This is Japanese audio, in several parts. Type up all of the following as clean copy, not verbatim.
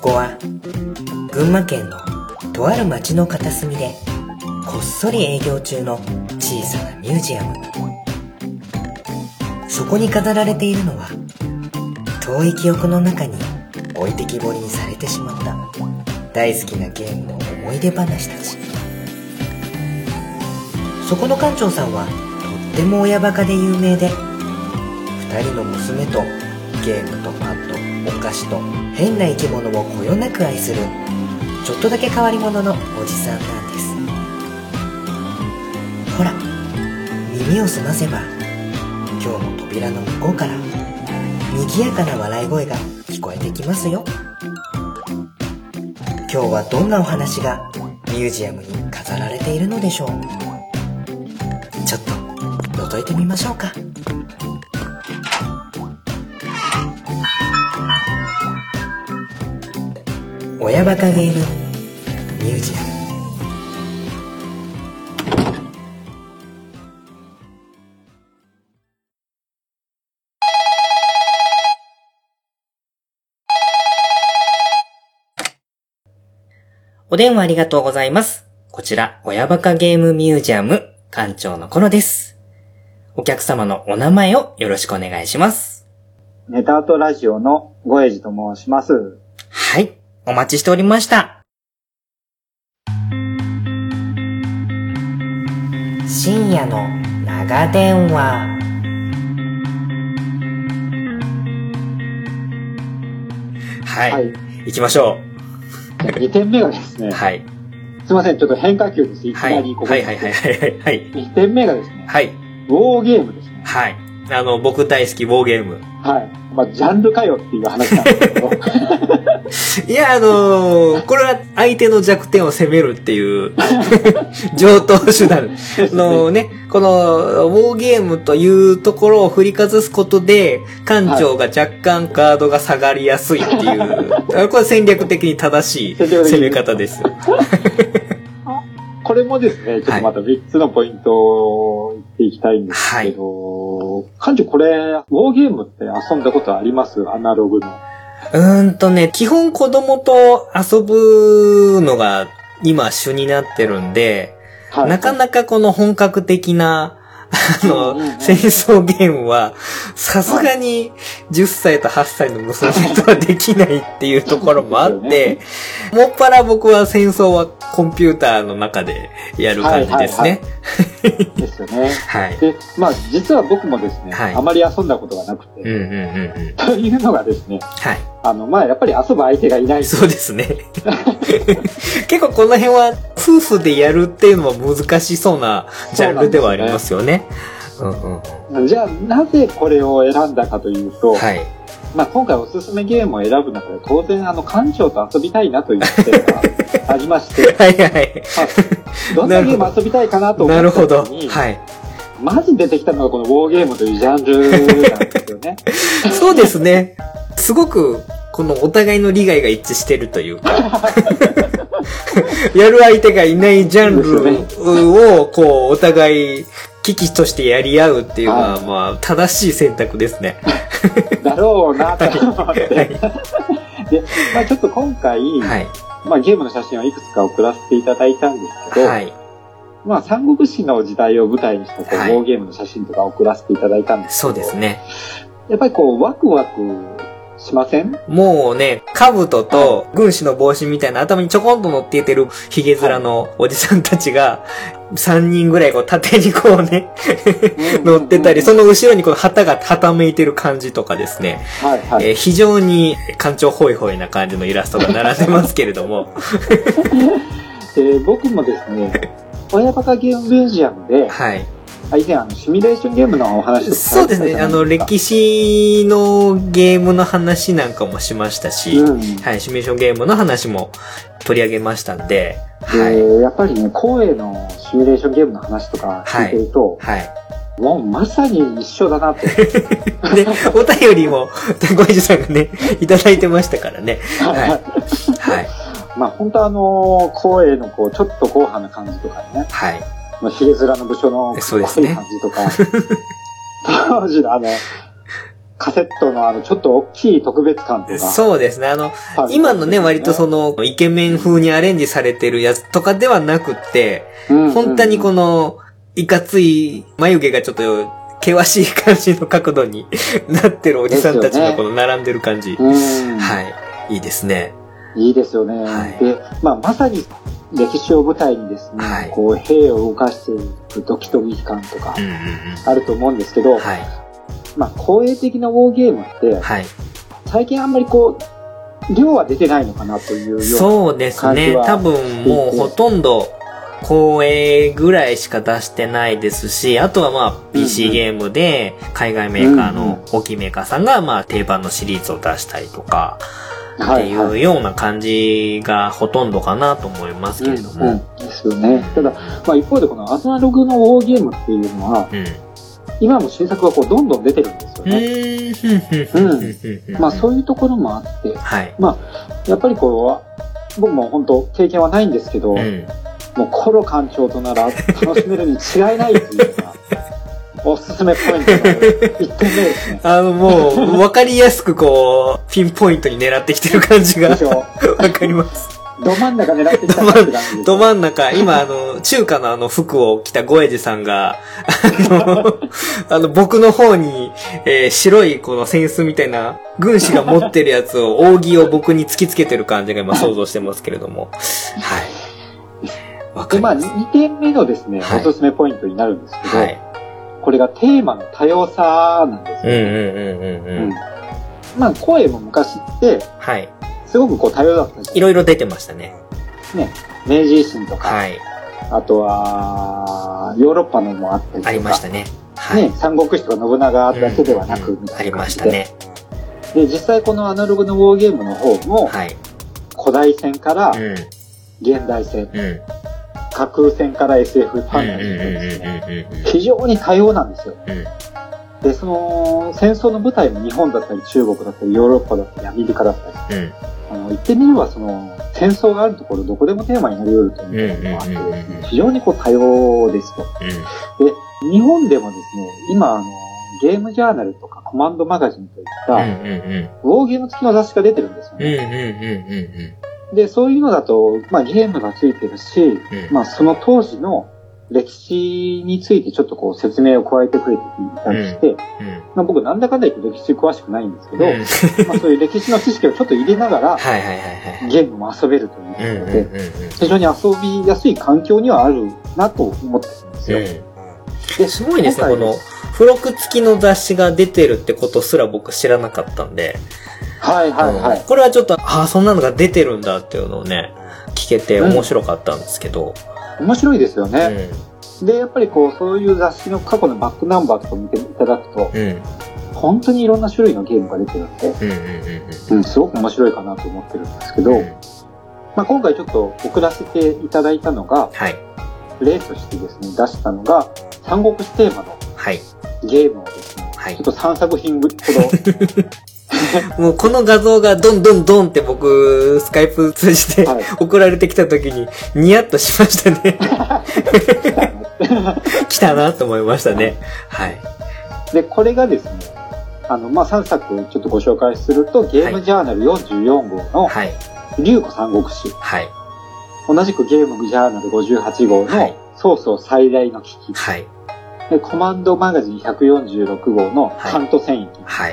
こは群馬県のとある町の片隅でこっそり営業中の小さなミュージアム。そこに飾られているのは遠い記憶の中に置いてきぼりにされてしまった大好きなゲームの思い出話たち。そこの館長さんはとっても親バカで有名で、2人の娘とゲームとパッド、お菓子と変な生き物をこよなく愛するちょっとだけ変わり者のおじさんなんです。ほら、耳を澄ませば今日の扉の向こうから賑やかな笑い声が聞こえてきますよ。今日はどんなお話がミュージアムに飾られているのでしょう。ちょっと覗いてみましょうか。親バカゲームミュージアム。お電話ありがとうございます。こちら親バカゲームミュージアム館長のコロです。お客様のお名前をよろしくお願いします。 ネタアートラジオのごえじと申します。 はい、お待ちしておりました。深夜の長電話。はい、行きましょう。 2点目がですね。 はい。 すいません、ちょっと変化球です。いきなりここ。 はい。 2点目がですね。 はい。 ウォーゲームですね。 はい。僕大好きウォーゲーム。 はい。まあ、ジャンルかよっていう話なんですけど。 いや、これは相手の弱点を攻めるっていう上等手段のね、このウォーゲームというところを振りかざすことで、館長が若干カードが下がりやすいっていう、これ戦略的に正しい攻め方です。 これもですね、ちょっとまた3つのポイントを言っていきたいんですけど、館長これ、ウォーゲームって遊んだことあります？アナログの。 基本子供と遊ぶのが今主になってるんで、なかなかこの本格的な、戦争ゲームは、さすがに10歳と8歳の娘とはできないっていうところもあって、もっぱら僕は戦争はコンピューターの中でやる感じですね。 ですよね。 はい。 で、まあ実は僕もですね、あまり遊んだことがなくて、というのがですね、 はい。 まあやっぱり遊ぶ相手がいない。 そうですね。結構この辺は夫婦でやるっていうのは難しそうなジャンルではありますよね。 じゃあなぜこれを選んだかというと、 はい。 まあ今回おすすめゲームを選ぶ中で当然館長と遊びたいなという点がありまして、 はいはい。 どんなゲーム遊びたいかなと思った時に、はい。まず出てきたのがこのウォーゲームというジャンルなんですよね。 そうですね。すごくこのお互いの利害が一致してるというかやる相手がいないジャンルをこうお互い危機としてやり合うっていうのは、まあ正しい選択ですね。 だろうなと思って。で、まあちょっと今回、まあゲームの写真をいくつか送らせていただいたんですけど、まあ三国志の時代を舞台にしたこう、ウォーゲームの写真とか送らせていただいたんですけど、そうですね。やっぱりこうワクワクしません？ もうね、兜と軍師の帽子みたいな頭にちょこんと乗っていてるヒゲ面のおじさんたちが3人ぐらいこう縦にこうね乗ってたり、その後ろにこの旗がはためいてる感じとかですね、非常に館長ホイホイな感じのイラストが並んでますけれども僕もですね、親バカゲームミュージアムで、以前シミュレーションゲームのお話とかそうですね、歴史のゲームの話なんかもしましたし、シミュレーションゲームの話も取り上げましたんで、 やっぱりね、光栄のシミュレーションゲームの話とか聞いてると、もうまさに一緒だなって。 で、お便りも、ごいじさんがね、いただいてましたからね。 まあ本当光栄のこう、ちょっと硬派な感じとかね。ヒゲ面の武将のかっこいい感じとか、当時のカセットのちょっと大きい特別感とか。 そうですね。今のね、割とイケメン風にアレンジされてるやつとかではなくって、本当にいかつい眉毛がちょっと、険しい感じの角度になってるおじさんたちが並んでる感じ。はい。いいですね。 いいですよね。はい、で、まさに歴史を舞台にですね、はい、兵を動かしていくドキドキ感とか、あると思うんですけど、はい、公営的なウォーゲームって、はい、最近あんまり量は出てないのかなというような感じは。 そうですね。多分もうほとんど、公営ぐらいしか出してないですし、あとはPC ゲームで海外メーカーの大きいメーカーさんが定番のシリーズを出したりとかっていうような感じがほとんどかなと思いますけれども。 ですよね。ただ、一方でこのアナログのウォーゲームっていうのは、今も新作がどんどん出てるんですよね。そういうところもあって、やっぱり僕も本当経験はないんですけど、もうコロ館長となら楽しめるに違いないっていうのがおすすめポイントの1点目ですね。 もう分かりやすくピンポイントに狙ってきてる感じが分かります。 ど真ん中狙ってきたって感じ。 ど真ん中、今中華の服を着たゴエジさんが、僕の方に、白いセンスみたいな軍師が持ってるやつを、扇を僕に突きつけてる感じが今想像してますけれども。はい。 で、2点目のですね、おすすめポイントになるんですけど、これがテーマの多様さなんですよ。声も昔って、すごく多様だったんですよ。 いろいろ出てましたね。 ね、明治維新とか、あとは、ヨーロッパのもあったりとか。 ありましたね。 ね、三国志とか信長だけではなく、 ありましたね。 で、実際このアナログのウォーゲームの方も、古代戦から、現代戦、架空戦から SF ファンタジー、非常に多様なんですよ。で、戦争の舞台も日本だったり中国だったりヨーロッパだったりアメリカだったり、言ってみれば戦争があるところどこでもテーマになり得るというのがあってですね、非常に多様ですと。で、日本でもですね、今ゲームジャーナルとかコマンドマガジンといった、ウォーゲーム付きの雑誌が出てるんですよね。で、そういうのだと、ゲームがついてるし、その当時の歴史についてちょっと説明を加えてくれていたりして、僕なんだかんだ言って歴史詳しくないんですけど、そういう歴史の知識をちょっと入れながら、ゲームも遊べるということで、非常に遊びやすい環境にはあるなと思ってるんですよ。 ですごいですね、この付録付きの雑誌が出てるってことすら僕知らなかったんで、これはちょっと、そんなのが出てるんだっていうのをね、聞けて面白かったんですけど。 面白いですよね。で、やっぱりそういう雑誌の過去のバックナンバーとか見ていただくと、本当にいろんな種類のゲームが出てるんで、すごく面白いかなと思ってるんですけど、今回ちょっと送らせていただいたのが、例としてですね、出したのが、三国志テーマのゲームをですね、ちょっと3作品ほど、 もうこの画像がドンドンドンって僕、スカイプ通じて送られてきた時にニヤッとしましたね。来たなと思いましたね。 で、これがですね、3作ちょっとご紹介すると、ゲームジャーナル44号の、龍虎三国志。同じくゲームジャーナル58号の、曹操最大の危機。で、コマンドマガジン146号の関東戦役。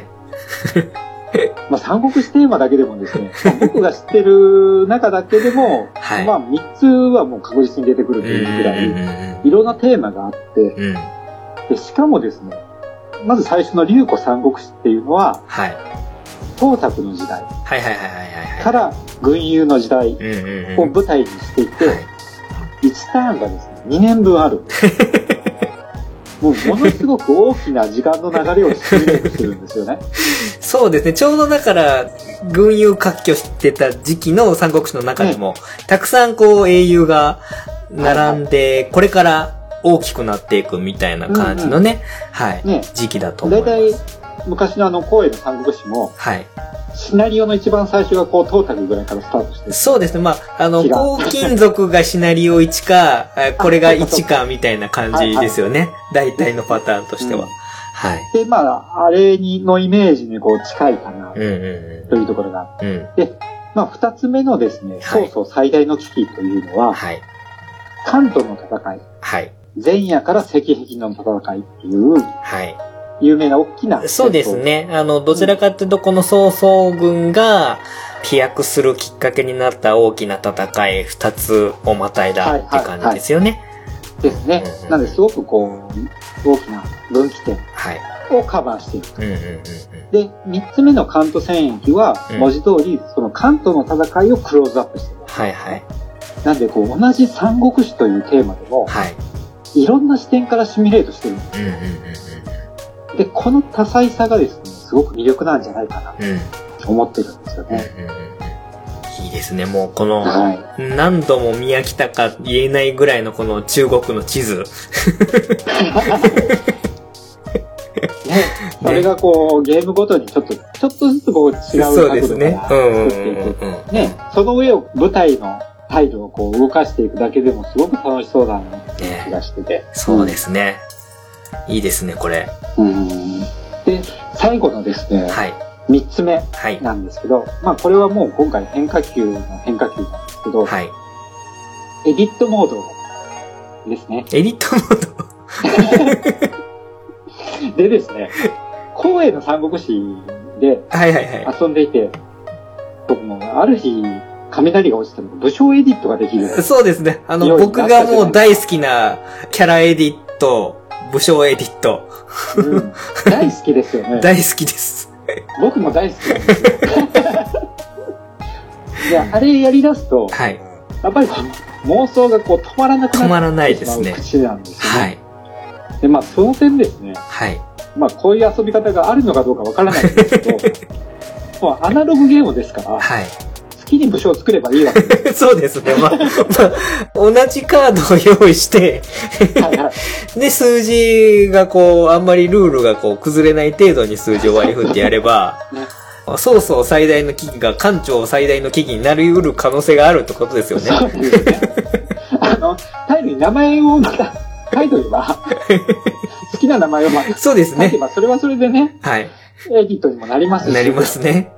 三国志テーマだけでもですね、僕が知ってる中だけでも、3つはもう確実に出てくるというぐらい、いろんなテーマがあって、でしかもですね、まず最初の龍虎三国志っていうのは、董卓の時代から群雄の時代を舞台にしていて、1ターンがですね、2年分ある。ものすごく大きな時間の流れをシミュレートするんですよね。 そうですね。ちょうどだから、群雄割拠してた時期の三国志の中でも、たくさん英雄が並んで、これから大きくなっていくみたいな感じのね、時期だと思います。 大体、昔の光栄の三国志も、シナリオの一番最初が董卓ぐらいからスタートしてる。 そうですね。黄金族がシナリオ1か、これが1かみたいな感じですよね。大体のパターンとしては。 はい。 で、まあ、あれのイメージにこう近いかな、というところがあって、で、まあ、二つ目のですね、曹操最大の危機というのは、はい。関東の戦い。はい。前夜から石壁の戦いっていう、はい。有名な大きな。 そうですね。どちらかというと、この曹操軍が飛躍するきっかけになった大きな戦い、二つをまたいだって感じですよね。 ですね。なので、すごくこう、大きな分岐点をカバーしていると。で、三つ目の関東戦役は、文字通り、その関東の戦いをクローズアップしている。はいはい。なんで、こう、同じ三国志というテーマでも、はい。いろんな視点からシミュレートしてるんですよ。で、この多彩さがですね、すごく魅力なんじゃないかなと思ってるんですよね。 いいですね。もうこの、何度も見飽きたか言えないぐらいのこの中国の地図。 ね、それがこう、ゲームごとにちょっとずつこう違う角度から作っていく。ね、その上を舞台のタイルをこう動かしていくだけでもすごく楽しそうだなっていう気がしてて。 そうですね。いいですね、これ。 で、最後のですね、はい、3つ目なんですけど、まあこれはもう今回変化球なんですけど、はい、エディットモードですね。 エディットモードでですね、光栄の三国志で遊んでいて、僕もある日、雷が落ちたの武将エディットができる。 そうですね。僕がもう大好きなキャラエディット、武将エディット。 大好きですよね。 大好きです。 僕も大好きなんですよ。いや、あれやり出すと、はい、やっぱり妄想がこう止まらなくなってしまう。止まらないですね。口なんですよね。はい。で、まあ、その点ですね。はい。まあ、こういう遊び方があるのかどうかわからないんですけど、もうアナログゲームですから、はい。好きに武将を作ればいいわけです。 そうですね。まあ、同じカードを用意して、はいはい、で、数字がこう、あんまりルールがこう、崩れない程度に数字を割り振ってやれば、ね、曹操最大の危機が艦長最大の危機になり得る可能性があるってことですよね。そうですね。 タイルに名前をまた書いとけば、好きな名前をまたそうですね。 書けば、それはそれでね、はい。エディットにもなりますし。 なりますね。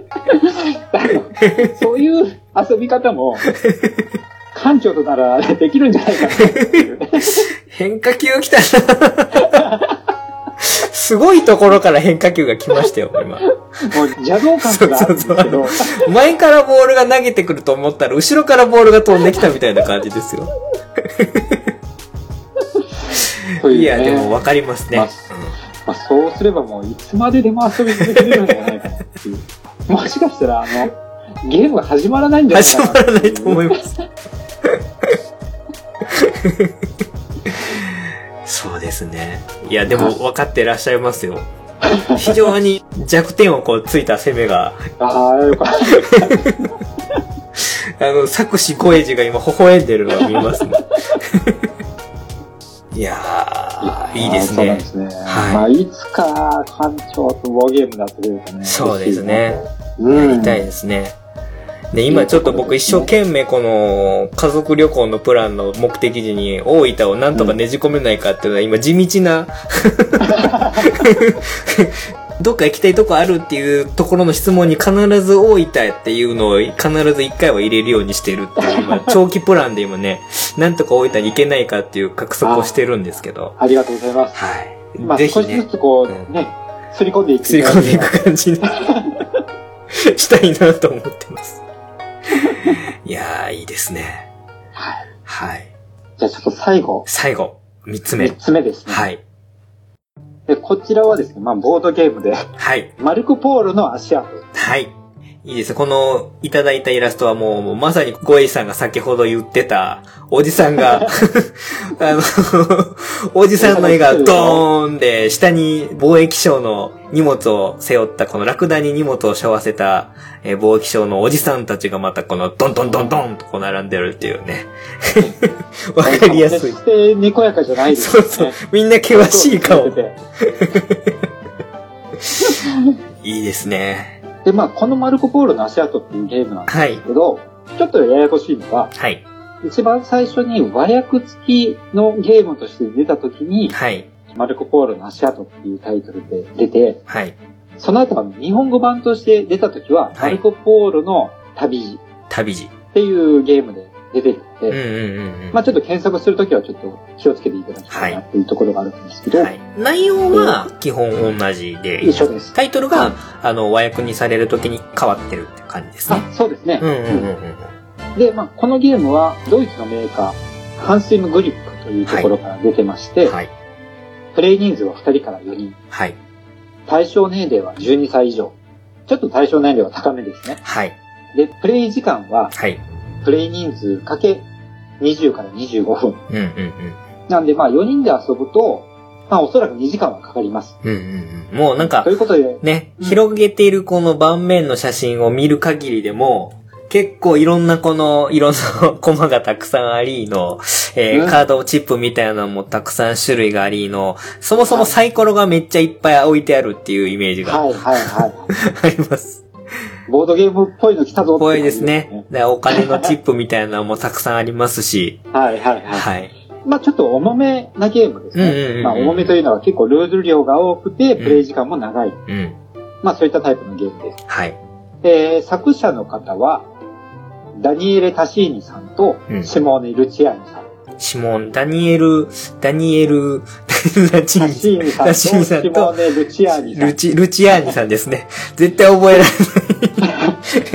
そういう遊び方も、艦長とならできるんじゃないかなっていう。 変化球来たな。すごいところから変化球が来ましたよ、今。 もう邪道感があるんですけど。 前からボールが投げてくると思ったら、後ろからボールが飛んできたみたいな感じですよ。いや、でも分かりますね。 まあ、そうすればもういつまででも遊び続けれるんじゃないかなっていう。もしかしたらゲームが始まらないんじゃないかな。 始まらないと思います。そうですね。いや、でも分かってらっしゃいますよ。非常に弱点をこうついた攻めが。 ああ、よかった。 作詞小エイジが今微笑んでるのが見えますね。いやー、いいですね。 そうですね。はい。まあ、いつか艦長とウォーゲームだというかね。 そうですね。やりたいですね。で、今ちょっと僕一生懸命この家族旅行のプランの目的地に大分をなんとかねじ込めないかっていうのは今地道などっか行きたいとこあるっていうところの質問に必ず大分っていうのを必ず一回は入れるようにしてるっていう今長期プランで今ね、なんとか大分に行けないかっていう画策をしてるんですけど。 ありがとうございます。 はい。 まあ、ぜひね、少しずつこうね、すり込んでいく。 すり込んでいく感じにしたいなと思ってます。いやー、いいですね。 はい。 はい。 じゃあちょっと最後、 3つ目。 3つ目ですね。 はい。 で、こちらはですね、まあ、ボードゲームで、はい。マルコ・ポーロの足跡。 はい。いいです。この、いただいたイラストはもうまさにゴエイさんが先ほど言ってた、おじさんが、おじさんの絵がドーンで、下に貿易商の荷物を背負った、このラクダに荷物を背負わせた、貿易商のおじさんたちがまたこのドンドンドンドンとこう並んでるっていうね。わかりやすい。 決してにこやかじゃないですね。 そうそう。みんな険しい顔。いいですね。 で、まあ、このマルコ・ポーロの足跡っていうゲームなんですけど、はい、ちょっとややこしいのが、はい、一番最初に和訳付きのゲームとして出たときに、はい、 マルコポーロの足跡っていうタイトルで出て、 はい。 その後日本語版として出た時は、マルコポーロの旅路。 旅路。 っていうゲームで出てるので、まあちょっと検索するときはちょっと気をつけていただきたいなっていうところがあるんですけど、はい、 内容は基本同じで、 一緒です。 タイトルが、和訳にされるときに変わってるって感じですね。 そうですね。で、まあこのゲームはドイツのメーカー、ハンスイムグリップというところから出てまして、はい、プレイ人数は2人から4人。はい、対象年齢は12歳以上。ちょっと対象年齢は高めですね。はい。で、プレイ時間は、はい、プレイ人数かけ20から25分。なんで、まあ4人で遊ぶと、まあおそらく2時間はかかります。 もうなんか、 ということでね、広げているこの盤面の写真を見る限りでも、結構いろんなコマがたくさんありの、カードチップみたいなのもたくさん種類がありの、そもそもサイコロがめっちゃいっぱい置いてあるっていうイメージが、あります。 ボードゲームっぽいの来たぞって、 ぽいですね。で、お金のチップみたいなのもたくさんありますし。 はい。まあちょっと重めなゲームですね。まあ重めというのは結構ルール量が多くて、プレイ時間も長い。まあそういったタイプのゲームです。はい。作者の方は、ダニエレ・タシーニさんと、シモーネ・ルチアーニさん。 ダニエル・ラチーニさんと、シモーネ・ルチアーニさん。ルチアーニさんですね。絶対覚えられない。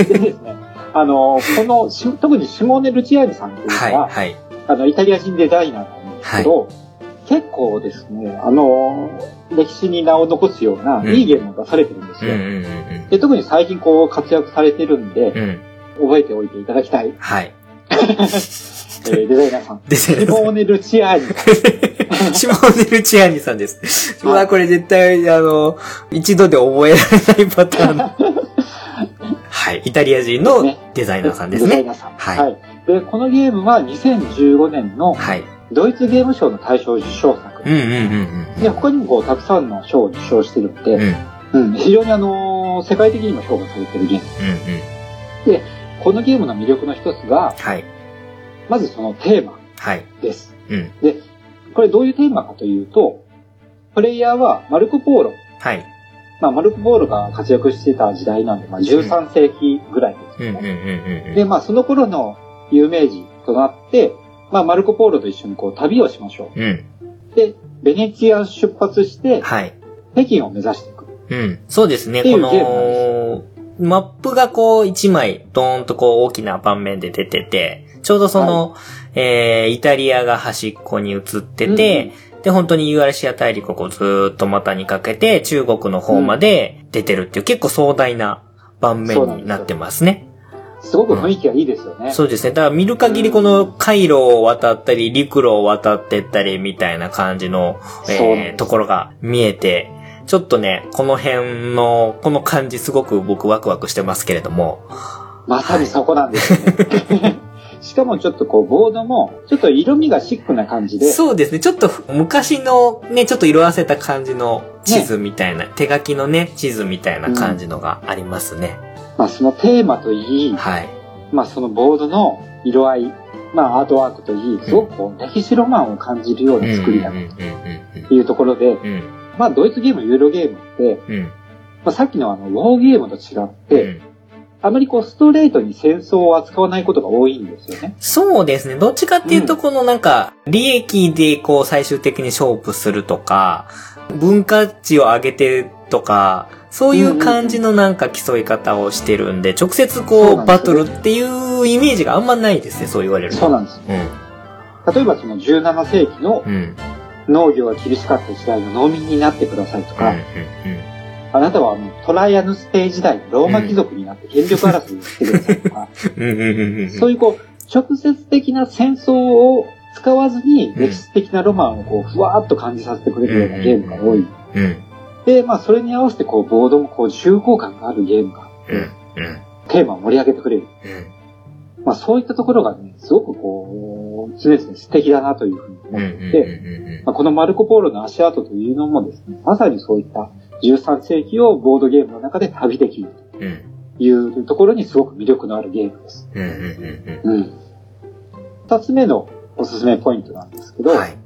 でですね、特にシモーネ・ルチアーニさんというのは、イタリア人デザイナーなんですけど、結構ですね、歴史に名を残すような、いいゲームを出されてるんですよ。で、特に最近活躍されてるんで、覚えておいていただきたい。はい。デザイナーさん。シモーネ・ルチアーニさん。 シモーネ・ルチアーニさんです。うわ、これ絶対、一度で覚えられないパターン。はい。イタリア人のデザイナーさんですね。 デザイナーさん。はい。で、このゲームは2015年の、ドイツゲーム賞の大賞受賞作。で、他にもたくさんの賞を受賞してるので、非常に世界的にも評価されてるゲーム。で、このゲームの魅力の一つが、まずそのテーマです。で、これどういうテーマかというと、プレイヤーはマルコ・ポーロ。まあ、マルコ・ポーロが活躍してた時代なんで、まあ、13世紀ぐらいですね。で、まあ、その頃の有名人となって、まあ、マルコ・ポーロと一緒に旅をしましょう。で、ベネチア出発して、北京を目指していく。 そうですね、この、マップが一枚、ドーンと大きな盤面で出てて、ちょうどイタリアが端っこに映ってて、で、本当にユーラシア大陸をずーっと股にかけて、中国の方まで出てるっていう、結構壮大な盤面になってますね。 すごく雰囲気がいいですよね。 そうですね。だから見る限りこの回路を渡ったり、陸路を渡ってったりみたいな感じの、ところが見えて、ちょっとね、この辺の、この感じすごく僕ワクワクしてますけれども。 まさにそこなんですね。しかもちょっとボードも、ちょっと色味がシックな感じで。 そうですね。ちょっと昔のね、ちょっと色あせた感じの地図みたいな、手書きのね、地図みたいな感じのがありますね。 まあそのテーマといい、まあそのボードの色合い、まあアートワークといい、すごく歴史ロマンを感じるような作りだというところで、まあドイツゲーム、ユーロゲームって、まあさっきのウォーゲームと違って、あまりストレートに戦争を扱わないことが多いんですよね。 そうですね。どっちかっていうと、利益で最終的に勝負するとか、文化値を上げてとか、そういう感じの競い方をしてるんで、直接バトルっていうイメージがあんまないですね、そう言われると。 そうなんです。例えば17世紀の農業が厳しかった時代の農民になってくださいとか、あなたはトライアヌスペイ時代のローマ貴族になって権力争いをしてくださいとか、そういう直接的な戦争を使わずに歴史的なロマンをふわーっと感じさせてくれるようなゲームが多い。で、まあそれに合わせてボードも重厚感があるゲームがあって、テーマを盛り上げてくれる。まあそういったところがね、すごく常々素敵だなというふうに思っていて、このマルコ・ポーロの足跡というのもですね、まさにそういった13世紀をボードゲームの中で旅できるというところにすごく魅力のあるゲームです。二つ目のおすすめポイントなんですけど、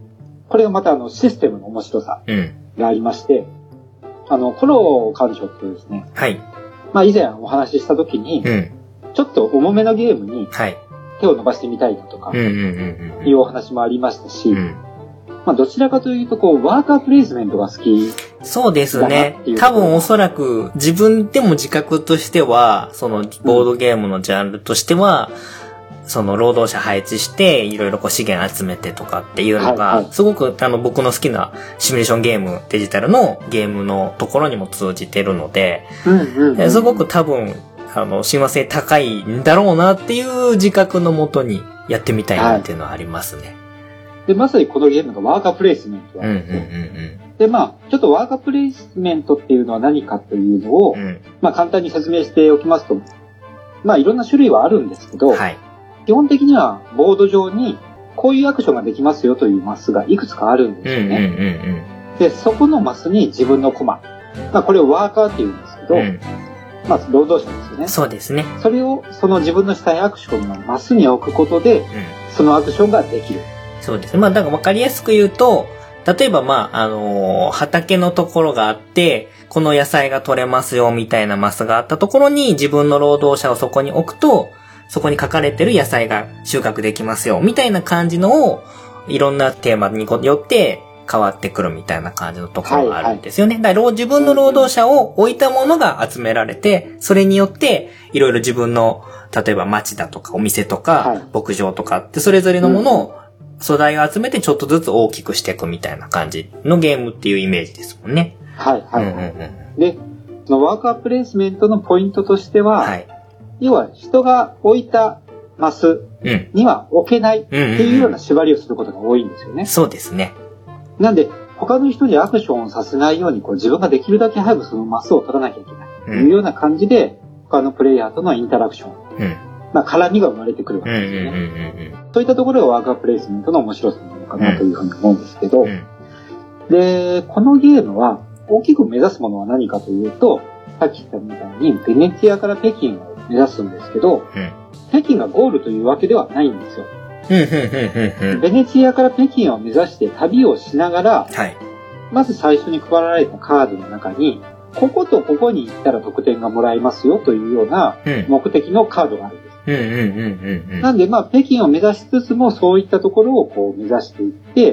これがまたシステムの面白さがありまして、コロ館長っていうですね、 はい。 まあ以前お話しした時に、ちょっと重めのゲームに手を伸ばしてみたいだとか、いうお話もありましたし、まあどちらかというとワーカープレイスメントが好き。 そうですね。多分おそらく自分でも自覚としては、そのボードゲームのジャンルとしては、その労働者配置していろいろ資源集めてとかっていうのが、すごく僕の好きなシミュレーションゲーム、デジタルのゲームのところにも通じてるので、すごく多分、親和性高いんだろうなっていう自覚のもとにやってみたいなっていうのはありますね。 で、まさにこのゲームがワーカープレイスメントなんですね。で、まあ、ちょっとワーカープレイスメントっていうのは何かというのを、まあ簡単に説明しておきますと、まあいろんな種類はあるんですけど、基本的にはボード上にこういうアクションができますよというマスがいくつかあるんですよね。で、そこのマスに自分のコマ。まあこれをワーカーって言うんですけど、まあ労働者ですよね。 そうですね。 それをその自分のしたいアクションのマスに置くことで、そのアクションができる。 そうですね。まあだからわかりやすく言うと、例えばまあ畑のところがあって、この野菜が取れますよみたいなマスがあったところに自分の労働者をそこに置くと、そこに書かれてる野菜が収穫できますよ、みたいな感じのを、いろんなテーマによって変わってくるみたいな感じのところがあるんですよね。だから自分の労働者を置いたものが集められて、それによって、いろいろ自分の、例えば町だとかお店とか、牧場とかって、それぞれのものを、素材を集めてちょっとずつ大きくしていくみたいな感じのゲームっていうイメージですもんね。 で、そのワーカープレイスメントのポイントとしては、要は人が置いたマスには置けないっていうような縛りをすることが多いんですよね。 そうですね。 なんで、他の人にアクションをさせないように自分ができるだけ早くそのマスを取らなきゃいけないというような感じで、他のプレイヤーとのインタラクション、まあ絡みが生まれてくるわけですよね。そういったところがワーカープレイスメントの面白さなのかなというふうに思うんですけど、で、このゲームは大きく目指すものは何かというと、さっき言ったみたいにベネチアから北京を目指すんですけど、北京がゴールというわけではないんですよ。ベネチアから北京を目指して旅をしながら、まず最初に配られたカードの中に、こことここに行ったら得点がもらえますよというような目的のカードがあるんです。なんでまあ北京を目指しつつもそういったところを目指していって、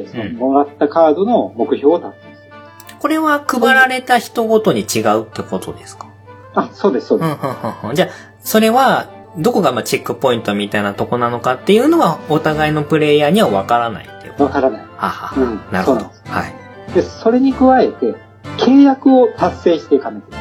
そのもらったカードの目標を達成する。 これは配られた人ごとに違うってことですか？ あ、そうです、そうです。 じゃあ、それは、どこがチェックポイントみたいなとこなのかっていうのは、お互いのプレイヤーには分からないっていうこと？ 分からない。 なるほど。はい。 で、それに加えて、契約を達成していかなきゃいけない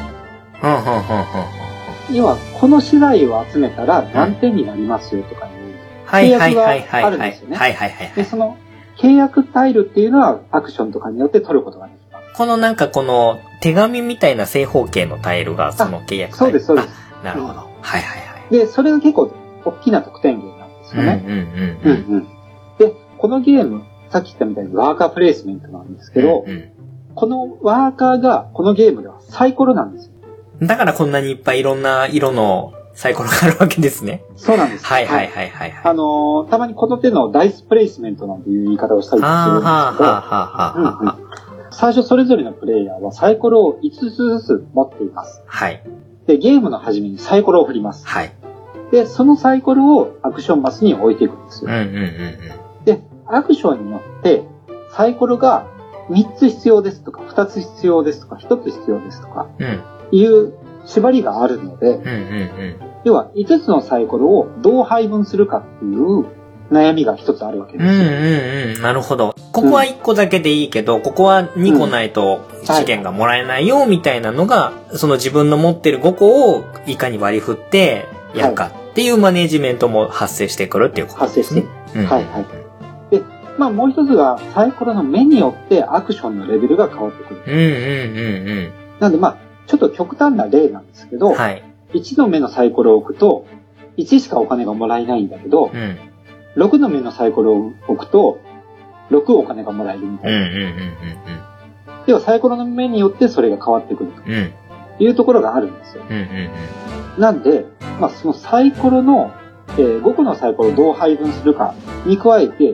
。要は、この資材を集めたら何点になりますよとかいう契約があるんですよね。で、その契約タイルっていうのはアクションとかによって取ることができます。 この手紙みたいな正方形のタイルがその契約タイル。 そうです、そうです。 なるほど。 で、それが結構大きな得点源なんですよね。で、このゲーム、さっき言ったみたいにワーカープレイスメントなんですけど、このワーカーがこのゲームではサイコロなんですよ。 だからこんなにいっぱいいろんな色のサイコロがあるわけですね。 そうなんです。たまにこの手のダイスプレイスメントなんていう言い方をしたりするんですけど、最初それぞれのプレイヤーはサイコロを5つずつ持っています。で、ゲームの初めにサイコロを振ります。で、そのサイコロをアクションマスに置いていくんですよ。で、アクションによってサイコロが3つ必要ですとか、2つ必要ですとか、1つ必要ですとか、いう縛りがあるので、要は5つのサイコロをどう配分するかっていう悩みが一つあるわけですよ。 なるほど。ここは1個だけでいいけど、ここは2個ないと資源がもらえないよみたいなのが、その自分の持ってる5個をいかに割り振ってやるかっていうマネジメントも発生してくるっていうことですね。 で、まあもう一つがサイコロの目によってアクションのレベルが変わってくる。なんでまあちょっと極端な例なんですけど、1の目のサイコロを置くと1しかお金がもらえないんだけど、6の目のサイコロを置くと6お金がもらえるみたいな。要はサイコロの目によってそれが変わってくるというところがあるんですよ。なんで、まあそのサイコロの、5個のサイコロをどう配分するかに加えて、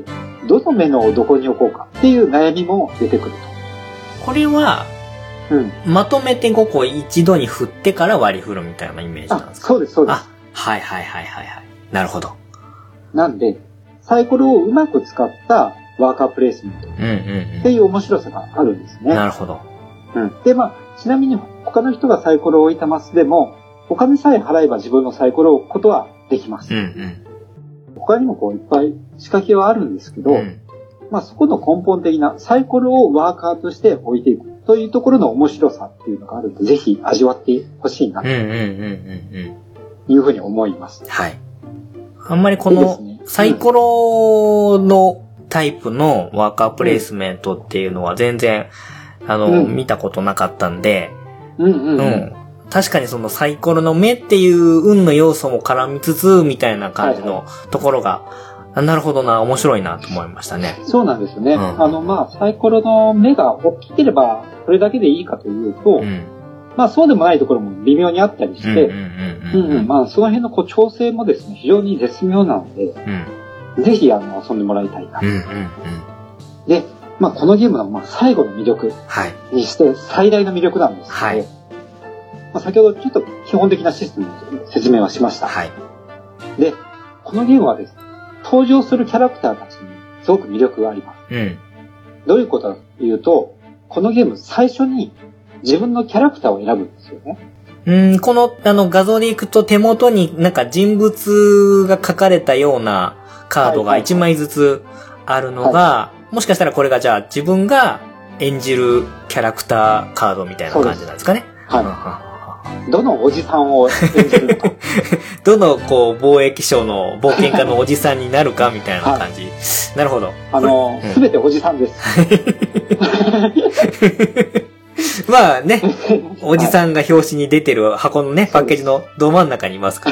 どの目のをどこに置こうかっていう悩みも出てくると。 これは、まとめて5個一度に振ってから割り振るみたいなイメージなんですか？ そうです、そうです。 はいはいはいはいはい。なるほど。 なんで、サイコロをうまく使ったワーカープレイスメントっていう面白さがあるんですね。 なるほど。 で、ちなみに他の人がサイコロを置いたマスでも、お金さえ払えば自分のサイコロを置くことはできます。他にもいっぱい仕掛けはあるんですけど、そこの根本的なサイコロをワーカーとして置いていくというところの面白さっていうのがあるので、ぜひ味わってほしいなというふうに思います。 はい。あんまりこのサイコロのタイプのワーカープレイスメントっていうのは全然、見たことなかったんで、確かにそのサイコロの目っていう運の要素も絡みつつ、みたいな感じのところが、なるほどな、面白いなと思いましたね。 そうなんですよね。サイコロの目が大きければ、それだけでいいかというと、そうでもないところも微妙にあったりして、その辺の調整もですね、非常に絶妙なので、ぜひ遊んでもらいたいな。で、このゲームの最後の魅力にして最大の魅力なんですけど、先ほどちょっと基本的なシステムの説明はしました。で、このゲームはですね、登場するキャラクターたちにすごく魅力があります。どういうことかというと、このゲーム最初に自分のキャラクターを選ぶんですよね。 この画像でいくと手元になんか人物が書かれたようなカードが1枚ずつあるのが、もしかしたらこれがじゃあ自分が演じるキャラクターカードみたいな感じなんですかね。 どのおじさんを演じるか。 どの貿易商の冒険家のおじさんになるかみたいな感じ。なるほど。 すべておじさんです。 おじさんが表紙に出てる箱のね、パッケージのど真ん中にいますから。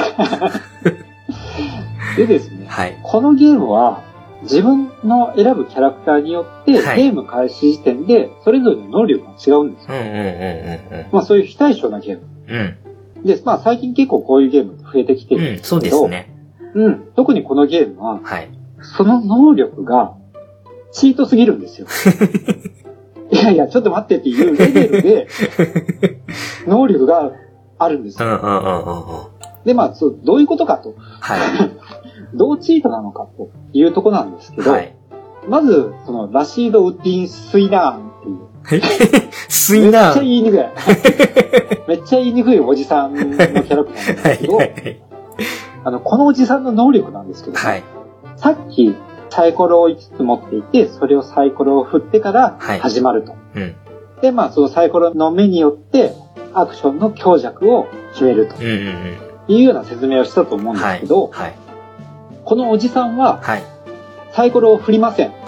でですね、このゲームは自分の選ぶキャラクターによって、ゲーム開始時点でそれぞれの能力が違うんですよ。そういう非対称なゲーム。で、最近結構こういうゲーム増えてきてるんですけど、 そうですね。 特にこのゲームは、その能力がチートすぎるんですよ。いやいや、ちょっと待ってっていうレベルで、能力があるんですよ。で、どういうことかと。どうチートなのかというとこなんですけど、まず、ラシード・ウッディン・スイナーンっていう。 スイナーンめっちゃ言いにくい。めっちゃ言いにくいおじさんのキャラクターなんですけど、このおじさんの能力なんですけど、さっきサイコロを5つ持っていて、それをサイコロを振ってから始まると。で、そのサイコロの目によってアクションの強弱を決めるというような説明をしたと思うんですけど、このおじさんは、サイコロを振りません。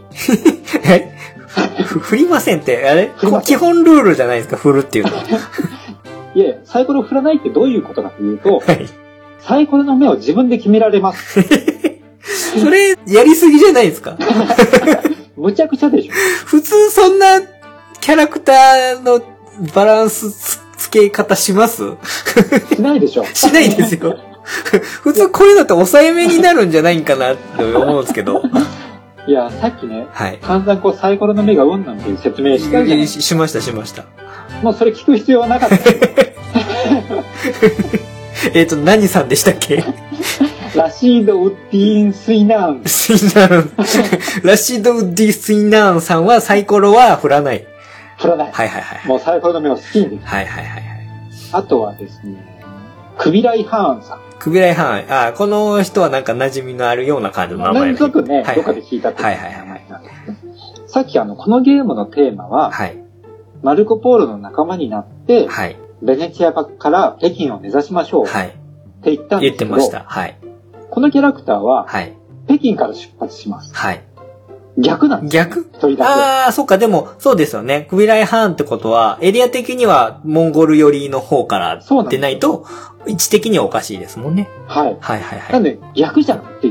振りませんって、あれ基本ルールじゃないですか、振るっていうのは。 いや、サイコロを振らないってどういうことかというと、サイコロの目を自分で決められます。 それ、やりすぎじゃないですか？ むちゃくちゃでしょ。 普通そんなキャラクターのバランス付け方します？ しないでしょ。 しないですよ。普通こういうのって抑えめになるんじゃないんかなって思うんですけど。 いや、さっきね、散々サイコロの目がうんなんていう説明したじゃないですか。 しました。 もうそれ聞く必要はなかった。 何さんでしたっけ？ ラシード・ウッディーン・スイナーン。 ラシード・ウッディーン・スイナーンさんはサイコロは振らない。 振らない。もうサイコロの目を好きにできる。あとはですね、クビライ・ハーンさん。 クビライ・ハーン。この人はなんか馴染みのあるような感じの名前。 連続ね、どっかで聞いたと思います。さっきこのゲームのテーマは、マルコ・ポーロの仲間になって、ベネチアから北京を目指しましょう。って言ったんですけど、言ってました。このキャラクターは、北京から出発します。逆なんです。 逆？そうか、でも、そうですよね。クビライ・ハーンってことは、エリア的にはモンゴル寄りの方からでないと、位置的にはおかしいですもんね。 なんで、逆じゃんっていう。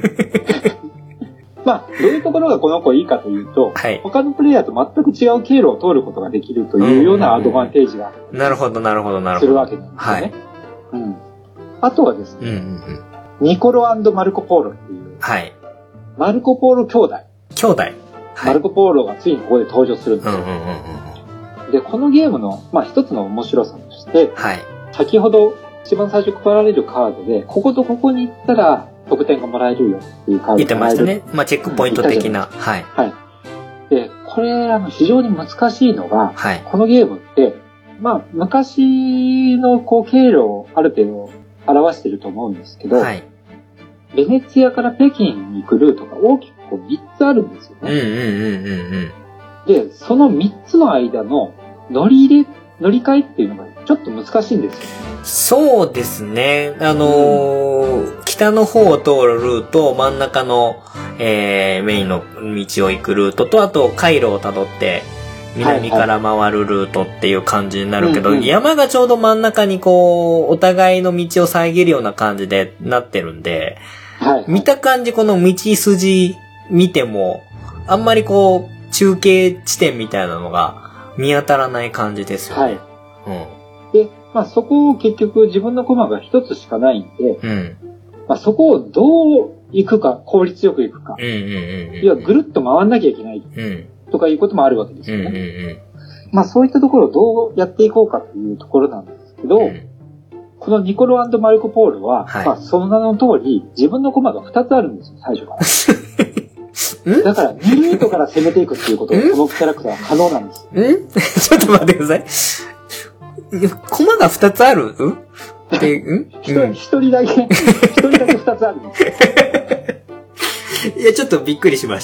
どういうところがこの子いいかというと、他のプレイヤーと全く違う経路を通ることができるというようなアドバンテージが、 なるほど。 するわけなんですよね。あとはですね、ニコロ&マルコ・ポーロっていう、 マルコ・ポーロ兄弟。 兄弟。 マルコ・ポーロがついにここで登場するんですよ。で、このゲームの、一つの面白さとして、先ほど一番最初配られるカードで、こことここに行ったら得点がもらえるよっていうカードが言ってましたね。チェックポイント的な。 で、これ、非常に難しいのが、このゲームって、昔の経路をある程度表していると思うんですけど、ベネツィアから北京に行くルートが大きく3つあるんですよね。で、その3つの間の乗り換えっていうのがちょっと難しいんですよ。 そうですね。北の方を通るルート、真ん中の、メインの道を行くルートと、あと回路をたどって南から回るルートっていう感じになるけど、山がちょうど真ん中にお互いの道を遮るような感じでなってるんで、見た感じこの道筋見ても、あんまり中継地点みたいなのが見当たらない感じですよね。 で、そこを結局自分のコマが一つしかないんで、そこをどう行くか、効率よく行くか。いや、ぐるっと回んなきゃいけない。とかいうこともあるわけですよね。そういったところをどうやっていこうかというところなんですけど、このニコロ&マルコ・ポールは、その名の通り、自分のコマが2つあるんですよ、最初から。だから、2ルートから攻めていくっていうことを、このキャラクターは可能なんです。 ちょっと待ってください。コマが2つある一人だけ2つあるんですよ。 いや、ちょっとびっくりしました。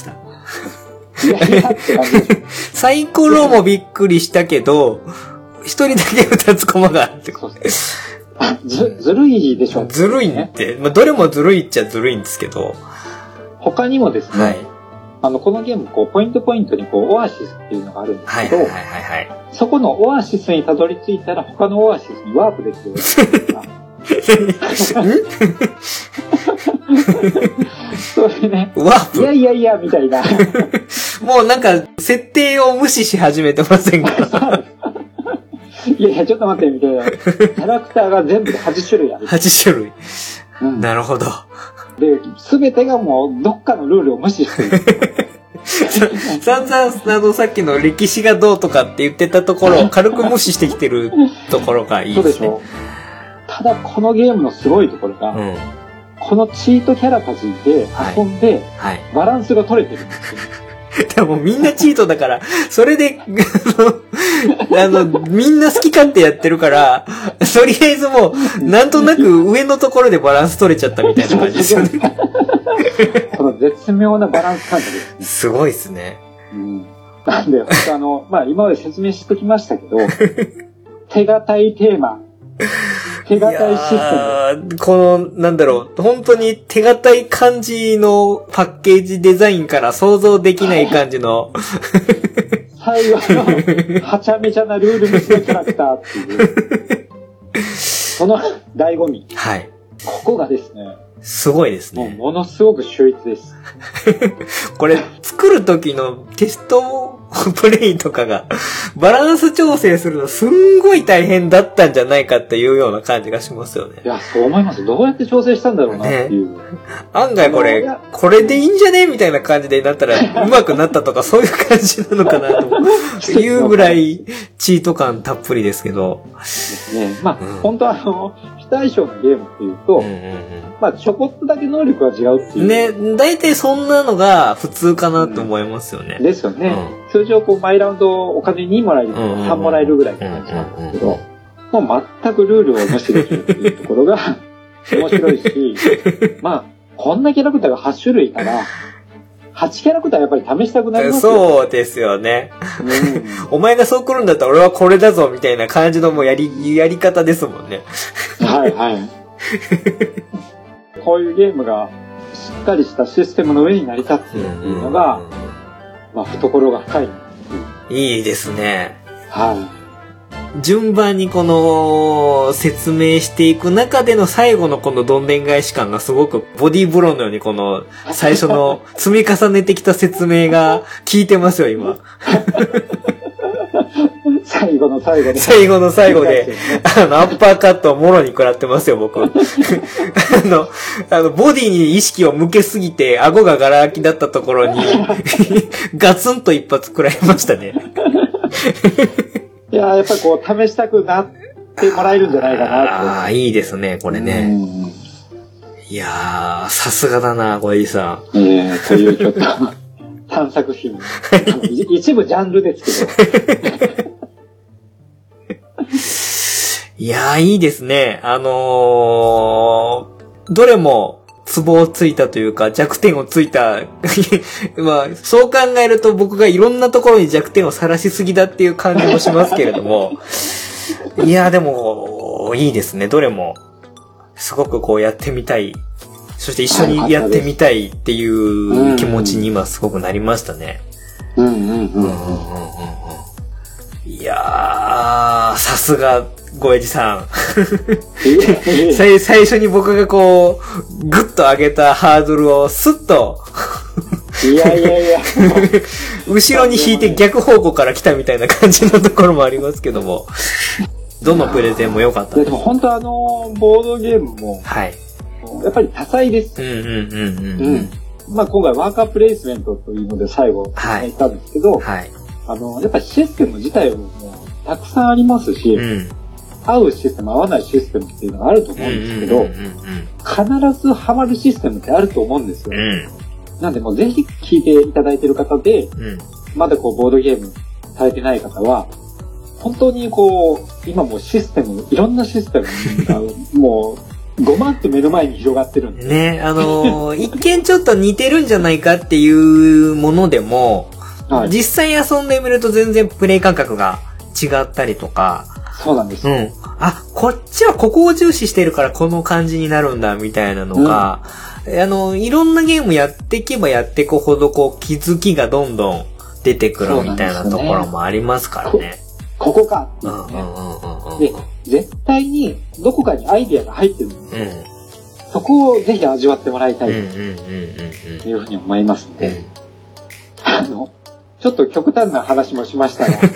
サイコロもびっくりしたけど、一人だけ2つコマがあるってこと。 ずるいでしょ。 ずるいって。どれもずるいっちゃずるいんですけど。 他にもですね、このゲーム、ポイントにオアシスっていうのがあるんですけど、そこのオアシスにたどり着いたら他のオアシスにワープできるんですかそういうね。 ワープいや、みたいな。 もうなんか、設定を無視し始めてませんかいや、ちょっと待って、みたいな。キャラクターが全部で8種類ある。 8種類。なるほど。 で、すべてがもう、どっかのルールを無視してる。 散々、さっきの歴史がどうとかって言ってたところを軽く無視してきてるところがいいですね。 そうでしょ。ただ、このゲームのすごいところが、このチートキャラたちで遊んで、バランスが取れてるんですよ。 でもみんなチートだから、それで、みんな好き勝手やってるから、とりあえずもう、なんとなく上のところでバランス取れちゃったみたいな感じですよね。 この絶妙なバランス感覚ですね。 すごいですね。 なんで、今まで説明してきましたけど、手堅いテーマ、手堅いシステム。本当に手堅い感じのパッケージデザインから想像できない感じの。 最後の、はちゃめちゃなルールミスのキャラクターっていう。その醍醐味。ここがですね。 すごいですね。 ものすごく秀逸です。 これ、作る時のテストプレイとかが、バランス調整するのすんごい大変だったんじゃないかっていうような感じがしますよね。 いや、そう思います。どうやって調整したんだろうなっていう。 案外これでいいんじゃねみたいな感じでなったら、うまくなったとかそういう感じなのかなというぐらい、チート感たっぷりですけど。 本当非対称のゲームっていうと、ちょこっとだけ能力が違うっていう。 ね、大体そんなのが普通かなと思いますよね。 ですよね。通常毎ラウンドお金2もらえるとか3もらえるぐらいの感じなんですけど、もう全くルールを無視できるっていうところが面白いし、こんなキャラクターが8種類いたら、8キャラクターやっぱり試したくなりますよね。 そうですよね。お前がそう来るんだったら俺はこれだぞみたいな感じのもうやり方ですもんね。 こういうゲームがしっかりしたシステムの上に成り立っているっていうのが、懐が深い。 いいですね。順番にこの説明していく中での最後のこのどんでん返し感がすごくボディーブローのようにこの最初の積み重ねてきた説明が効いてますよ、今。 最後の最後で。 最後の最後で、アッパーカットをもろに食らってますよ、僕。ボディに意識を向けすぎて、顎がガラ空きだったところに、ガツンと一発食らいましたね。 いや、やっぱりこう、試したくなってもらえるんじゃないかなって。 ああ、いいですね、これね。いやー、さすがだな、小井さん。 というちょっと、探索品。一部ジャンルですけど。 いやー、いいですね。どれも、ツボをついたというか、弱点をついた。まあ、そう考えると僕がいろんなところに弱点を晒しすぎだっていう感じもしますけれども。いやー、でも、いいですね。どれも、すごくこうやってみたい。そして一緒にやってみたいっていう気持ちに今すごくなりましたね。いやー、さすが、ごえじさん。最初に僕がこう、ぐっと上げたハードルをスッと、 いや。 後ろに引いて逆方向から来たみたいな感じのところもありますけども、どのプレゼンも良かったです。 でも本当ボードゲームも、 はい。 やっぱり多彩です。まあ今回ワーカープレイスメントというので最後言ったんですけど、 はい。 やっぱりシステム自体もたくさんありますし、合うシステム、合わないシステムっていうのがあると思うんですけど、必ずハマるシステムってあると思うんですよ。なんでもうぜひ聞いていただいている方で、まだこうボードゲームされてない方は、本当にこう、今もうシステム、いろんなシステムがもう、5万って目の前に広がってるんですね。一見ちょっと似てるんじゃないかっていうものでも、はい、実際遊んでみると全然プレイ感覚が違ったりとか。 そうなんです。 あ、こっちはここを重視してるからこの感じになるんだみたいなのが、いろんなゲームやっていけばやっていくほどこう気づきがどんどん出てくるみたいなところもありますからね。 ここかっていうね。で、絶対にどこかにアイディアが入ってるんです。そこをぜひ味わってもらいたいというふうに思いますので、ちょっと極端な話もしましたが、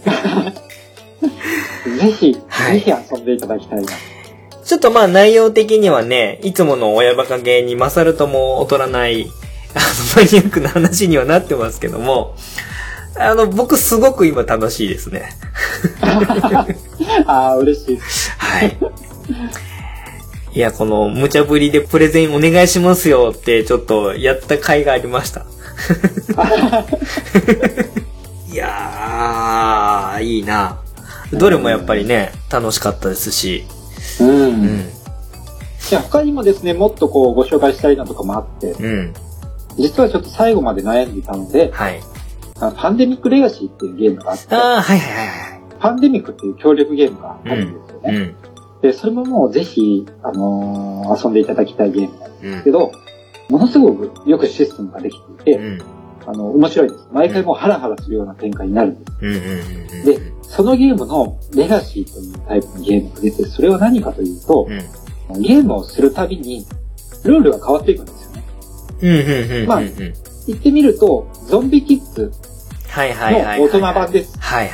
ぜひ遊んでいただきたいな。 ちょっとまあ内容的にはね、いつもの親バカゲーに勝るとも劣らない、マニアックな話にはなってますけども、僕すごく今楽しいですね。 嬉しいです。 はい。いや、この無茶ぶりでプレゼンお願いしますよってちょっとやった甲斐がありました。いやー、いいな。どれもやっぱりね、楽しかったですし。 いや、他にもですね、もっとこうご紹介したいのとかもあって、実はちょっと最後まで悩んでいたので、パンデミックレガシーっていうゲームがあって、パンデミックっていう協力ゲームがあるんですよね。で、それももうぜひ、遊んでいただきたいゲームなんですけど、ものすごくよくシステムができていて、面白いです。毎回もうハラハラするような展開になるんです。で、そのゲームのレガシーというタイプのゲームが出て、それは何かというと、ゲームをするたびにルールが変わっていくんですよね。まあ、言ってみると、ゾンビキッズの大人版です。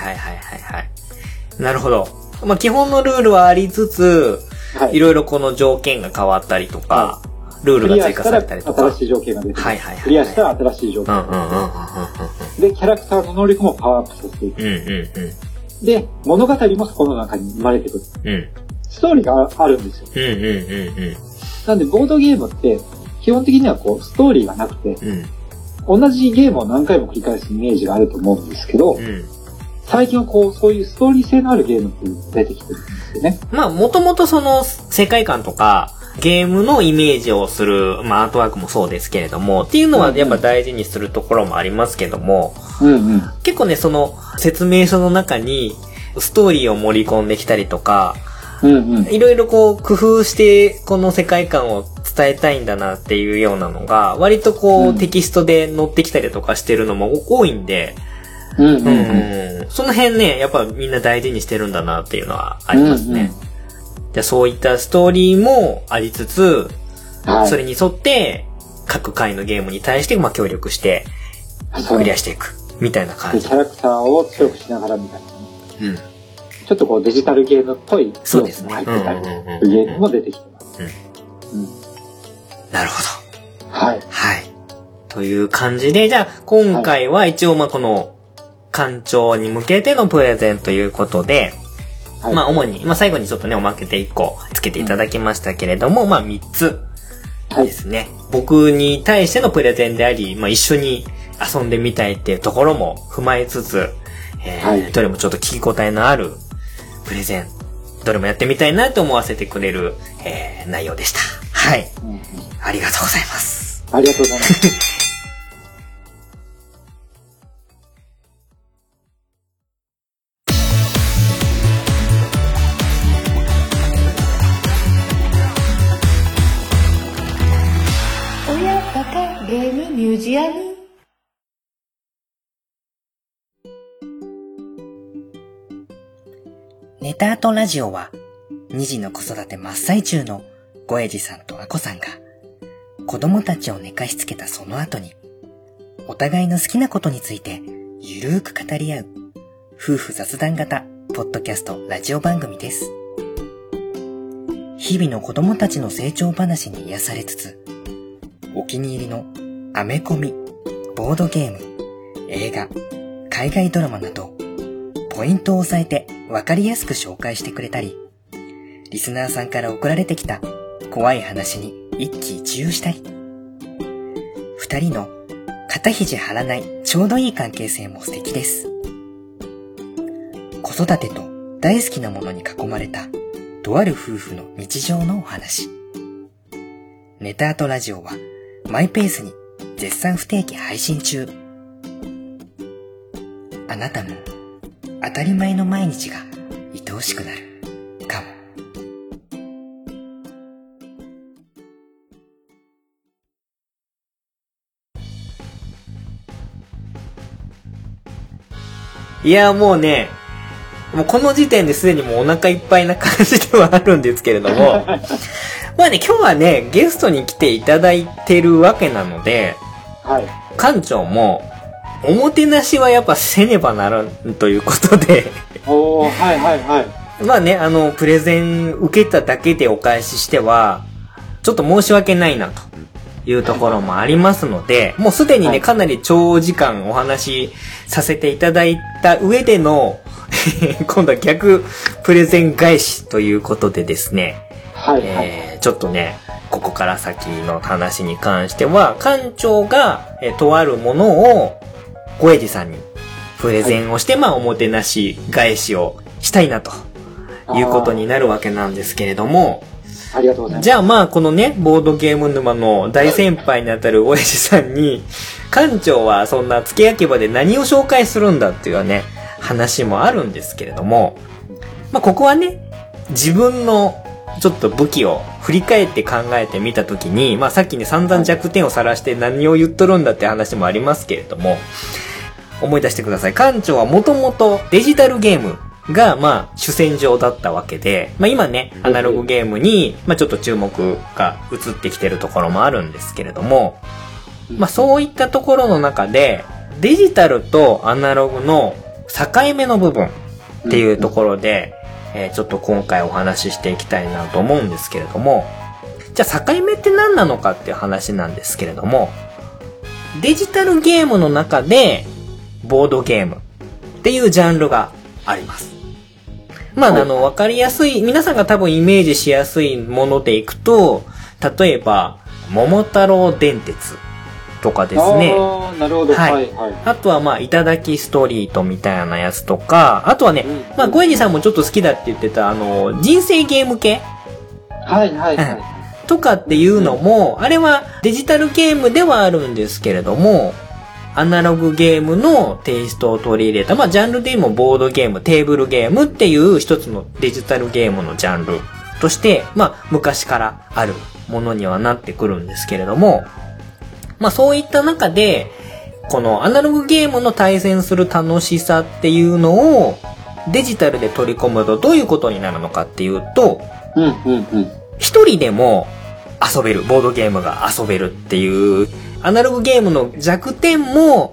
なるほど。まあ、基本のルールはありつつ、いろいろこの条件が変わったりとか、ルールが追加されたりとか。 新しい条件が出てくる。クリアしたら新しい条件が出てくる。で、キャラクターの能力もパワーアップさせていく。で、物語もそこの中に生まれてくる。ストーリーがあるんですよ。なんで、ボードゲームって、基本的にはこう、ストーリーがなくて、同じゲームを何回も繰り返すイメージがあると思うんですけど、最近はこう、そういうストーリー性のあるゲームっていうのが出てきてるんですよね。 まあ、もともとその世界観とか、ゲームのイメージをする、まあ、アートワークもそうですけれども、っていうのはやっぱ大事にするところもありますけども、結構ね、その説明書の中にストーリーを盛り込んできたりとか、いろいろこう工夫してこの世界観を伝えたいんだなっていうようなのが、割とこうテキストで載ってきたりとかしてるのも多いんで、その辺ね、やっぱみんな大事にしてるんだなっていうのはありますね。じゃあそういったストーリーもありつつ、それに沿って各回のゲームに対してまあ協力してクリアしていく。 みたいな感じ。 キャラクターを強くしながらみたいな、ね。ちょっとこうデジタルゲームっぽいそうですね。 入ってたりというゲームも出てきてます。 なるほど。 はい。 はい。という感じで、じゃあ今回は一応この館長に向けてのプレゼンということで、主に、最後にちょっとね、おまけで1個つけていただきましたけれども、3つですね。僕に対してのプレゼンであり、一緒に遊んでみたいっていうところも踏まえつつ、どれもちょっと聞き応えのあるプレゼン、どれもやってみたいなと思わせてくれる、内容でした。はい。ありがとうございます。 ありがとうございます。 ゲームミュージアム。 ネタアートラジオは2児の子育て真っ最中のごえじさんとあこさんが子供たちを寝かしつけたその後にお互いの好きなことについてゆるーく語り合う夫婦雑談型ポッドキャストラジオ番組です。日々の子供たちの成長話に癒されつつ、お気に入りのアメコミ、ボードゲーム、映画、海外ドラマなどポイントを押さえてわかりやすく紹介してくれたり、リスナーさんから送られてきた怖い話に一喜一憂したり、二人の肩肘張らないちょうどいい関係性も素敵です。子育てと大好きなものに囲まれたとある夫婦の日常のお話。ネタアートラジオはマイペースに絶賛不定期配信中。あなたも当たり前の毎日が愛おしくなるかも。 いや、もうね、もうこの時点ですでにもうお腹いっぱいな感じではあるんですけれども今日はね、ゲストに来ていただいてるわけなので、館長もおもてなしはやっぱせねばならんということでプレゼン受けただけでお返ししてはちょっと申し訳ないなというところもありますので、もうすでにね、かなり長時間お話しさせていただいた上での今度は逆プレゼン返しということでですね、ちょっとね、ここから先の話に関しては、館長が、とあるものをごえじさんにプレゼンをして、おもてなし返しをしたいなということになるわけなんですけれども、 ありがとうございます。 じゃあこのね、ボードゲーム沼の大先輩にあたるごえじさんに、館長はそんな付け焼き場で何を紹介するんだっていうね、話もあるんですけれども、ここはね、自分のちょっと武器を振り返って考えてみたときに、さっきね、散々弱点を晒して何を言っとるんだって話もありますけれども、思い出してください。館長はもともとデジタルゲームが主戦場だったわけで、今ね、アナログゲームにちょっと注目が移ってきてるところもあるんですけれども、そういったところの中でデジタルとアナログの境目の部分っていうところで、ちょっと今回お話ししていきたいなと思うんですけれども、じゃあ境目って何なのかっていう話なんですけれども、デジタルゲームの中でボードゲームっていうジャンルがあります。わかりやすい、皆さんが多分イメージしやすいものでいくと、例えば桃太郎電鉄とかですね。 なるほど。 あとは頂きストリートみたいなやつとか、あとはね、ごえじさんもちょっと好きだって言ってた人生ゲーム系とかっていうのも、あれはデジタルゲームではあるんですけれども、アナログゲームのテイストを取り入れた、ジャンルでもボードゲーム、テーブルゲームっていう一つのデジタルゲームのジャンルとして、昔からあるものにはなってくるんですけれども、そういった中で、このアナログゲームの対戦する楽しさっていうのをデジタルで取り込むとどういうことになるのかっていうと、一人でも遊べる、ボードゲームが遊べるっていう、アナログゲームの弱点も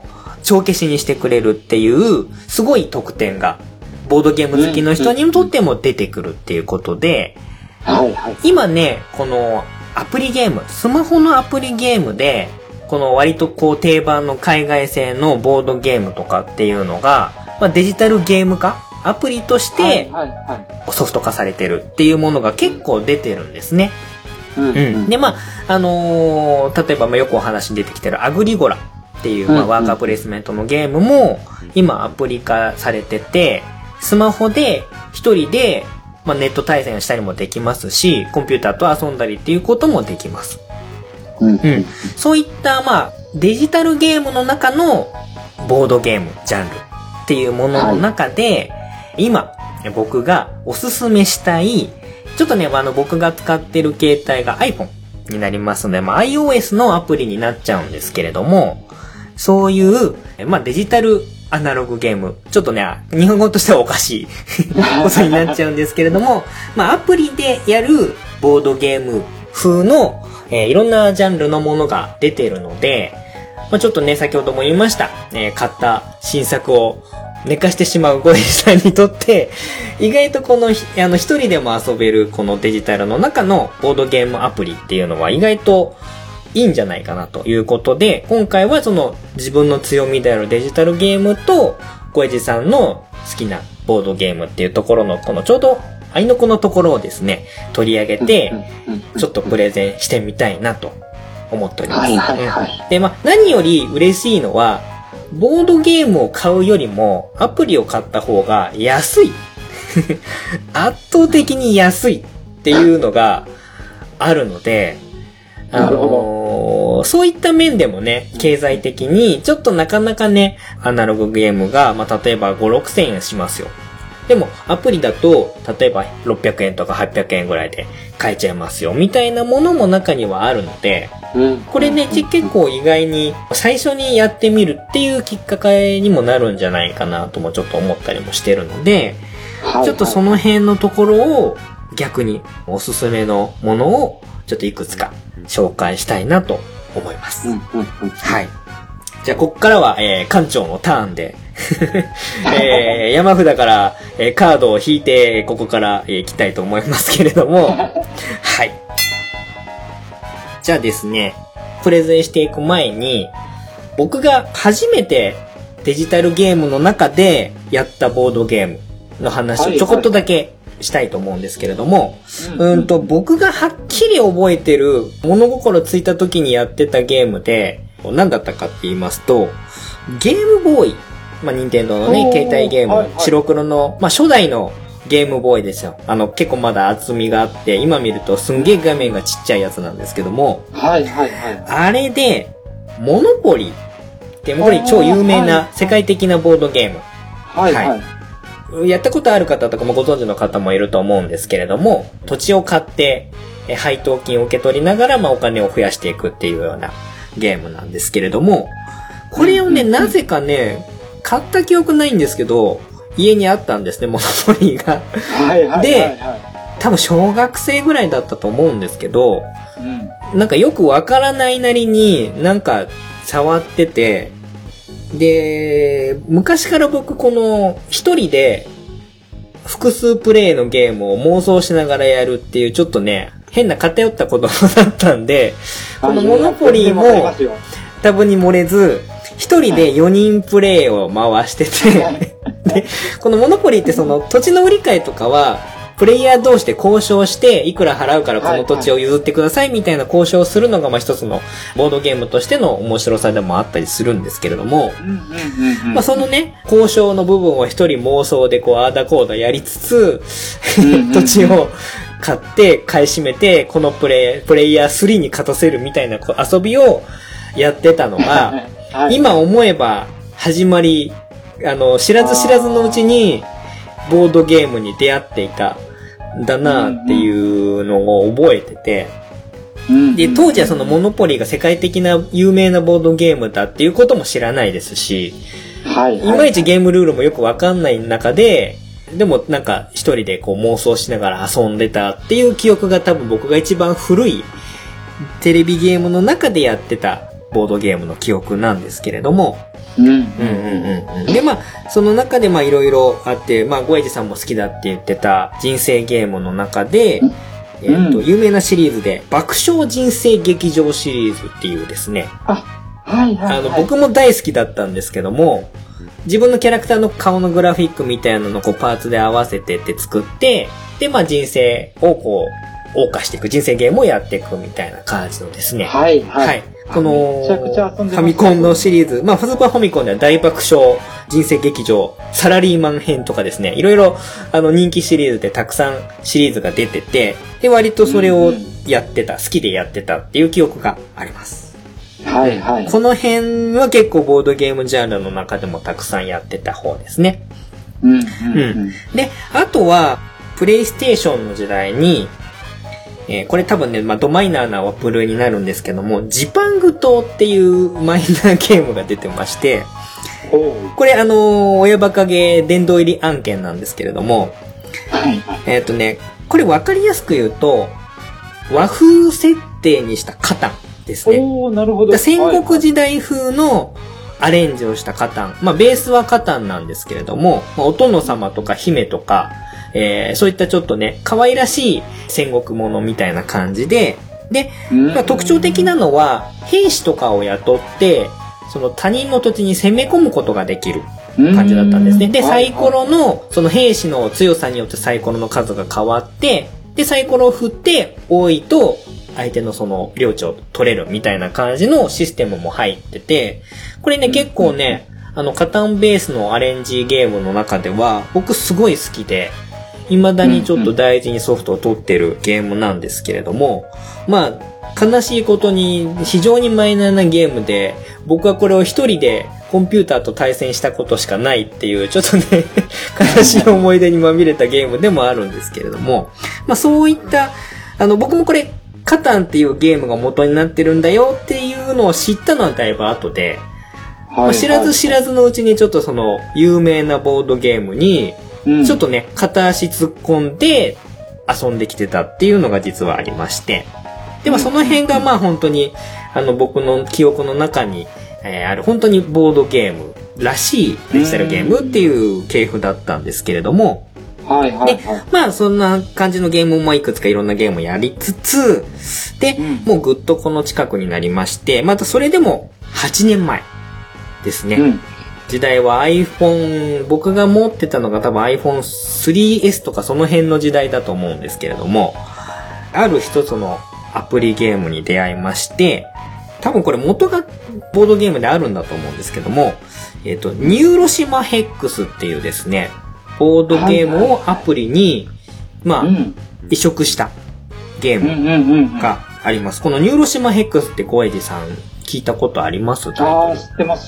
帳消しにしてくれるっていう、すごい特典が、ボードゲーム好きの人にとっても出てくるっていうことで、今ね、このアプリゲーム、スマホのアプリゲームで、この割とこう定番の海外製のボードゲームとかっていうのが、デジタルゲーム化、アプリとしてソフト化されてるっていうものが結構出てるんですね。で、例えばよくお話に出てきてるアグリゴラっていう、ワーカープレイスメントのゲームも今アプリ化されてて、スマホで一人で、ネット対戦をしたりもできますし、コンピューターと遊んだりっていうこともできます。そういったデジタルゲームの中のボードゲームジャンルっていうものの中で、今僕がおすすめしたい、ちょっとね僕が使ってる携帯が iPhone になりますので、iOS のアプリになっちゃうんですけれども、そういうデジタルアナログゲーム、ちょっとね日本語としてはおかしいことになっちゃうんですけれども、アプリでやるボードゲーム風のいろんなジャンルのものが出てるので、ちょっとね、先ほども言いました、買った新作を寝かしてしまうゴエジさんにとって、意外とこの一人でも遊べるこのデジタルの中のボードゲームアプリっていうのは意外といいんじゃないかなということで、今回はその自分の強みであるデジタルゲームとゴエジさんの好きなボードゲームっていうところのこのちょうど合いの子のところをですね、取り上げて、ちょっとプレゼンしてみたいなと思っております。で、何より嬉しいのは、ボードゲームを買うよりもアプリを買った方が安い。圧倒的に安いっていうのがあるので、そういった面でもね、経済的にちょっとなかなかね、アナログゲームが、例えば5、6千円しますよ。でもアプリだと例えば600円とか800円ぐらいで買えちゃいますよみたいなものも中にはあるので、これね結構意外に最初にやってみるっていうきっかけにもなるんじゃないかなともちょっと思ったりもしてるので、ちょっとその辺のところを逆におすすめのものをちょっといくつか紹介したいなと思います。はい。じゃあこっからは、館長のターンで山札から、カードを引いてここから、行きたいと思いますけれどもはい。じゃあですね、プレゼンしていく前に、僕が初めてデジタルゲームの中でやったボードゲームの話をちょこっとだけしたいと思うんですけれども、僕がはっきり覚えてる物心ついた時にやってたゲームで何だったかって言いますと、ゲームボーイ、任天堂のね携帯ゲーム、白黒の初代のゲームボーイですよ。結構まだ厚みがあって、今見るとすんげえ画面がちっちゃいやつなんですけども、あれでモノポリってこれ超有名な世界的なボードゲーム、やったことある方とかもご存知の方もいると思うんですけれども、土地を買って配当金を受け取りながらお金を増やしていくっていうようなゲームなんですけれども、これをねなぜかね買った記憶ないんですけど家にあったんですね、モノポリーがで、多分小学生ぐらいだったと思うんですけど、なんかよくわからないなりになんか触ってて、で昔から僕この一人で複数プレイのゲームを妄想しながらやるっていうちょっとね変な偏った子供だったんで、このモノポリーも多分に漏れず一人で4人プレイを回しててで、このモノポリーってその土地の売り買いとかはプレイヤー同士で交渉していくら払うからこの土地を譲ってくださいみたいな交渉をするのが一つのボードゲームとしての面白さでもあったりするんですけれども、そのね交渉の部分を一人妄想であーだこーだやりつつ土地を買って買い占めてこのプレイヤー3に勝たせるみたいな遊びをやってたのが今思えば始まり、知らず知らずのうちにボードゲームに出会っていたんだなっていうのを覚えてて、で当時はそのモノポリーが世界的な有名なボードゲームだっていうことも知らないですし、いまいちゲームルールもよくわかんない中で、でもなんか一人で妄想しながら遊んでたっていう記憶が多分僕が一番古いテレビゲームの中でやってたボードゲームの記憶なんですけれども、で、まあ、その中でまあいろいろあって、まあ、ゴエジさんも好きだって言ってた人生ゲームの中で、有名なシリーズで、爆笑人生劇場シリーズっていうですね。僕も大好きだったんですけども、自分のキャラクターの顔のグラフィックみたいなのをこうパーツで合わせてって作って、で、まあ人生をこう、謳歌していく、人生ゲームをやっていくみたいな感じのですね。この、ファミコンのシリーズ、まあ、スーパーファミコンでは大爆笑人生劇場、サラリーマン編とかですね、いろいろ、人気シリーズでたくさんシリーズが出てて、で、割とそれをやってた、好きでやってたっていう記憶があります。この辺は結構ボードゲームジャンルの中でもたくさんやってた方ですね。で、あとは、プレイステーションの時代に、これ多分ね、まあ、ドマイナーな部類になるんですけども、ジパング島っていうマイナーゲームが出てまして、これ親バカゲー殿堂入り案件なんですけれども、これ分かりやすく言うと、和風設定にしたカタンですね。 なるほど。 戦国時代風のアレンジをしたカタン。まあ、ベースはカタンなんですけれども、まあ、お殿様とか姫とか、そういったちょっとね、可愛らしい戦国ものみたいな感じで、で、まあ、特徴的なのは、兵士とかを雇って、その他人の土地に攻め込むことができる感じだったんですね。で、サイコロの、その兵士の強さによってサイコロの数が変わって、で、サイコロを振って多いと、相手のその領地を取れるみたいな感じのシステムも入ってて、これね、結構ね、カタンベースのアレンジゲームの中では、僕すごい好きで、未だにちょっと大事にソフトを取ってるゲームなんですけれども、まあ、悲しいことに非常にマイナーなゲームで、僕はこれを一人でコンピューターと対戦したことしかないっていう、ちょっとね、悲しい思い出にまみれたゲームでもあるんですけれども、まあそういった、僕もこれ、カタンっていうゲームが元になってるんだよっていうのを知ったのはだいぶ後で、まあ、知らず知らずのうちにちょっとその有名なボードゲームに、ちょっとね、片足突っ込んで遊んできてたっていうのが実はありまして。でもその辺がまあ本当に、僕の記憶の中に、ある本当にボードゲームらしいデジタルゲームっていう系譜だったんですけれども、で、まあそんな感じのゲームもいくつかいろんなゲームをやりつつ、で、もうぐっとこの近くになりまして、またそれでも8年前ですね。時代は iPhone、僕が持ってたのが多分 iPhone3S とかその辺の時代だと思うんですけれども、ある一つのアプリゲームに出会いまして、多分これ元がボードゲームであるんだと思うんですけども、ニューロシマヘックスっていうですね、ボードゲームをアプリに、まあ、移植したゲームがあります。このニューロシマヘックスってゴエジさん聞いたことあります？ 知ってます。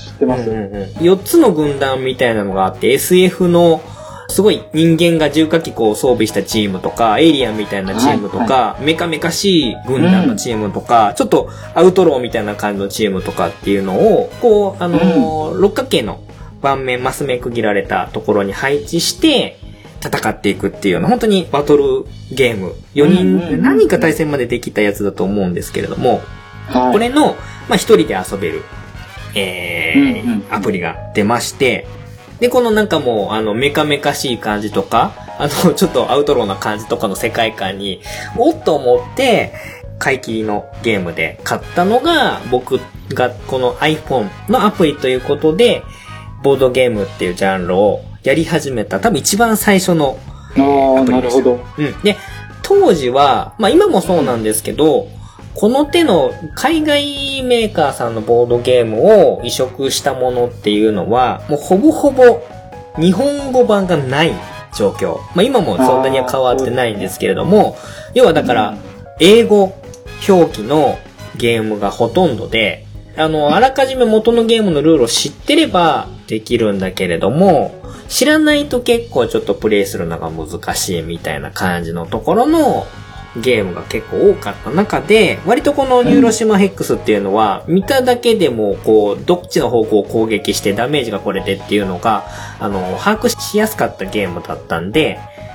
4つの軍団みたいなのがあって、SF のすごい人間が重火器を装備したチームとか、エイリアンみたいなチームとか、メカメカしい軍団のチームとか、ちょっとアウトローみたいな感じのチームとかっていうのを、こう、六角形の盤面、マス目区切られたところに配置して、戦っていくっていうの、本当にバトルゲーム。4人、何人か対戦までできたやつだと思うんですけれども、これの、まあ、一人で遊べる、アプリが出まして、で、このなんかもう、メカメカしい感じとか、ちょっとアウトローな感じとかの世界観に、おっと思って、買い切りのゲームで買ったのが、僕がこの iPhone のアプリということで、ボードゲームっていうジャンルをやり始めた、多分一番最初のアプリでした。 なるほど。 で、当時は、まあ今もそうなんですけど、この手の海外メーカーさんのボードゲームを移植したものっていうのは、もうほぼほぼ日本語版がない状況。まあ今もそんなには変わってないんですけれども、要はだから英語表記のゲームがほとんどで、あらかじめ元のゲームのルールを知ってればできるんだけれども、知らないと結構ちょっとプレイするのが難しいみたいな感じのところのゲームが結構多かった中で、割とこのニューロシマヘックスっていうのは、見ただけでもこう、どっちの方向を攻撃してダメージがこれでっていうのが、把握しやすかったゲームだったん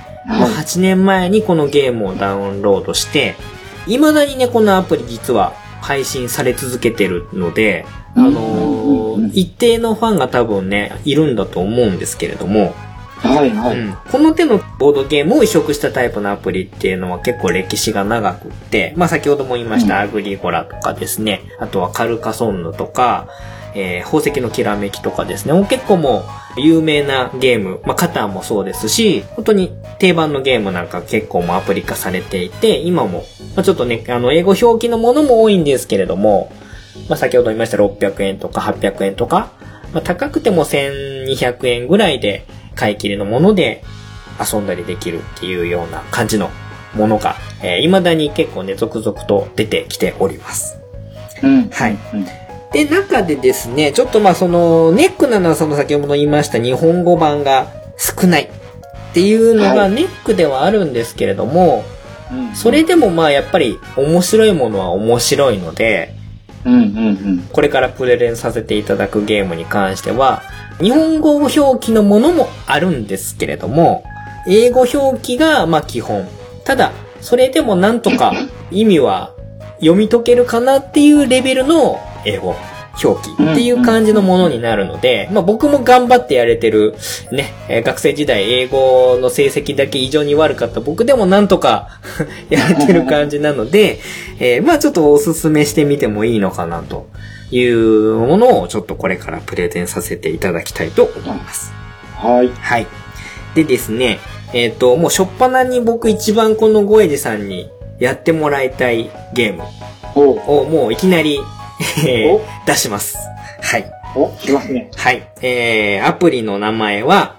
で、8年前にこのゲームをダウンロードして、未だにね、このアプリ実は配信され続けてるので、一定のファンが多分ね、いるんだと思うんですけれども、 はいはい。 この手のボードゲームを移植したタイプのアプリっていうのは結構歴史が長くって、まあ先ほども言いましたアグリゴラとかですね、あとはカルカソンヌとか、宝石のきらめきとかですね、結構もう有名なゲーム、まあカタンもそうですし、本当に定番のゲームなんか結構もうアプリ化されていて、今も、まあ、ちょっとね、英語表記のものも多いんですけれども、まあ先ほど言いました600円とか800円とか、まあ高くても1200円ぐらいで、買い切りのもので遊んだりできるっていうような感じのものが、未だに結構ね、続々と出てきております。はい。で、中でですね、ちょっとまあその、ネックなのはその先ほど言いました日本語版が少ないっていうのがネックではあるんですけれども、それでもまあやっぱり面白いものは面白いので、これからプレゼンさせていただくゲームに関しては、日本語表記のものもあるんですけれども、英語表記がまあ基本。ただ、それでもなんとか意味は読み解けるかなっていうレベルの英語表記っていう感じのものになるので、まあ僕も頑張ってやれてるね、学生時代英語の成績だけ異常に悪かった僕でもなんとかやれてる感じなので、まあちょっとおすすめしてみてもいいのかなというものをちょっとこれからプレゼンさせていただきたいと思います。 はい。 はい。でですね、もう初っ端に僕一番このゴエジさんにやってもらいたいゲームをもういきなり出します。はい。 来ますね。 はい。アプリの名前は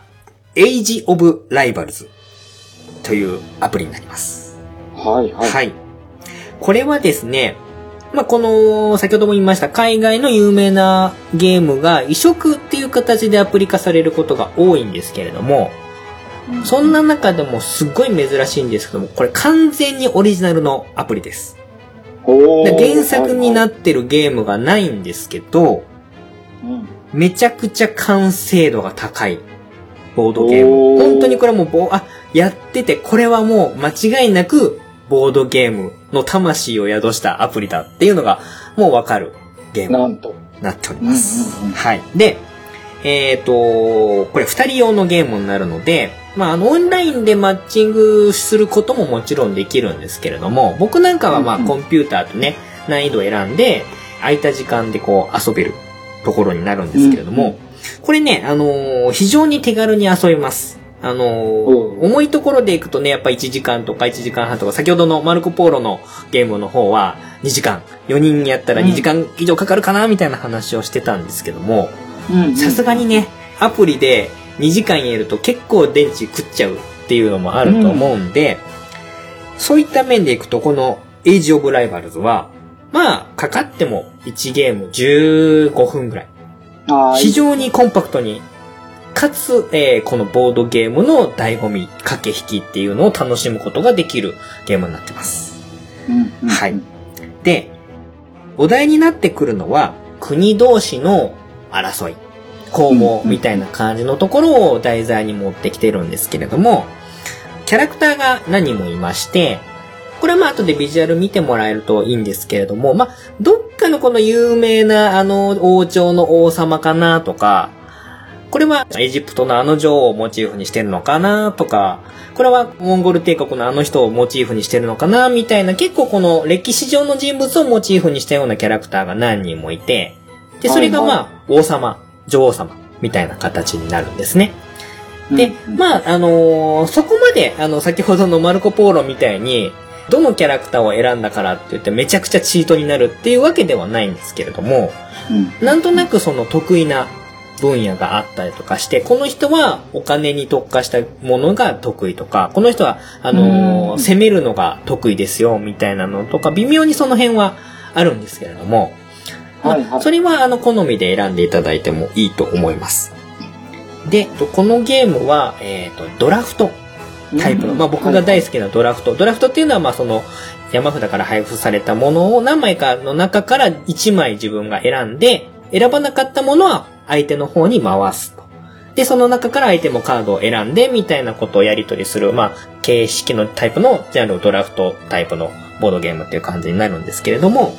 Age of Rivals というアプリになります。 はいはい。 はい。これはですね、まあ、この、先ほども言いました海外の有名なゲームが移植っていう形でアプリ化されることが多いんですけれども、そんな中でもすっごい珍しいんですけども、これ完全にオリジナルのアプリです。原作になってるゲームがないんですけど、めちゃくちゃ完成度が高いボードゲーム。本当にこれはもうやってて、これはもう間違いなくボードゲームの魂を宿したアプリだっていうのがもうわかるゲームになっております。はい。で、これ2人用のゲームになるので、まあ、オンラインでマッチングすることももちろんできるんですけれども、僕なんかはまあ、コンピューターとね、難易度を選んで、空いた時間でこう遊べるところになるんですけれども、これね、非常に手軽に遊べます。重いところでいくとね、やっぱ1時間とか1時間半とか、先ほどのマルコポーロのゲームの方は2時間、4人やったら2時間以上かかるかな、みたいな話をしてたんですけども、さすがにね、アプリで2時間やると結構電池食っちゃうっていうのもあると思うんで、そういった面でいくと、この Age of Rivals は、まあ、かかっても1ゲーム15分ぐらい。非常にコンパクトに、かつ、このボードゲームの醍醐味、駆け引きっていうのを楽しむことができるゲームになってます。はい。で、お題になってくるのは、国同士の争い、攻防みたいな感じのところを題材に持ってきてるんですけれども、キャラクターが何人もいまして、これはまあ後でビジュアル見てもらえるといいんですけれども、まあ、どっかのこの有名な王朝の王様かなとか、これはエジプトの女王をモチーフにしてるのかなとか、これはモンゴル帝国の人をモチーフにしてるのかなみたいな、結構この歴史上の人物をモチーフにしたようなキャラクターが何人もいて、で、それがまあ、王様、女王様みたいな形になるんですね。で、まあ、そこまで、先ほどのマルコポーロみたいに、どのキャラクターを選んだからって言ってめちゃくちゃチートになるっていうわけではないんですけれども、なんとなくその得意な分野があったりとかして、この人はお金に特化したものが得意とか、この人は、攻めるのが得意ですよ、みたいなのとか、微妙にその辺はあるんですけれども、それは好みで選んでいただいてもいいと思います。で、このゲームは、ドラフトタイプの、まあ僕が大好きなドラフト。ドラフトっていうのはまあその山札から配布されたものを何枚かの中から1枚自分が選んで、選ばなかったものは相手の方に回すと。で、その中から相手もカードを選んでみたいなことをやり取りする、まあ形式のタイプのジャンルドラフトタイプのボードゲームっていう感じになるんですけれども、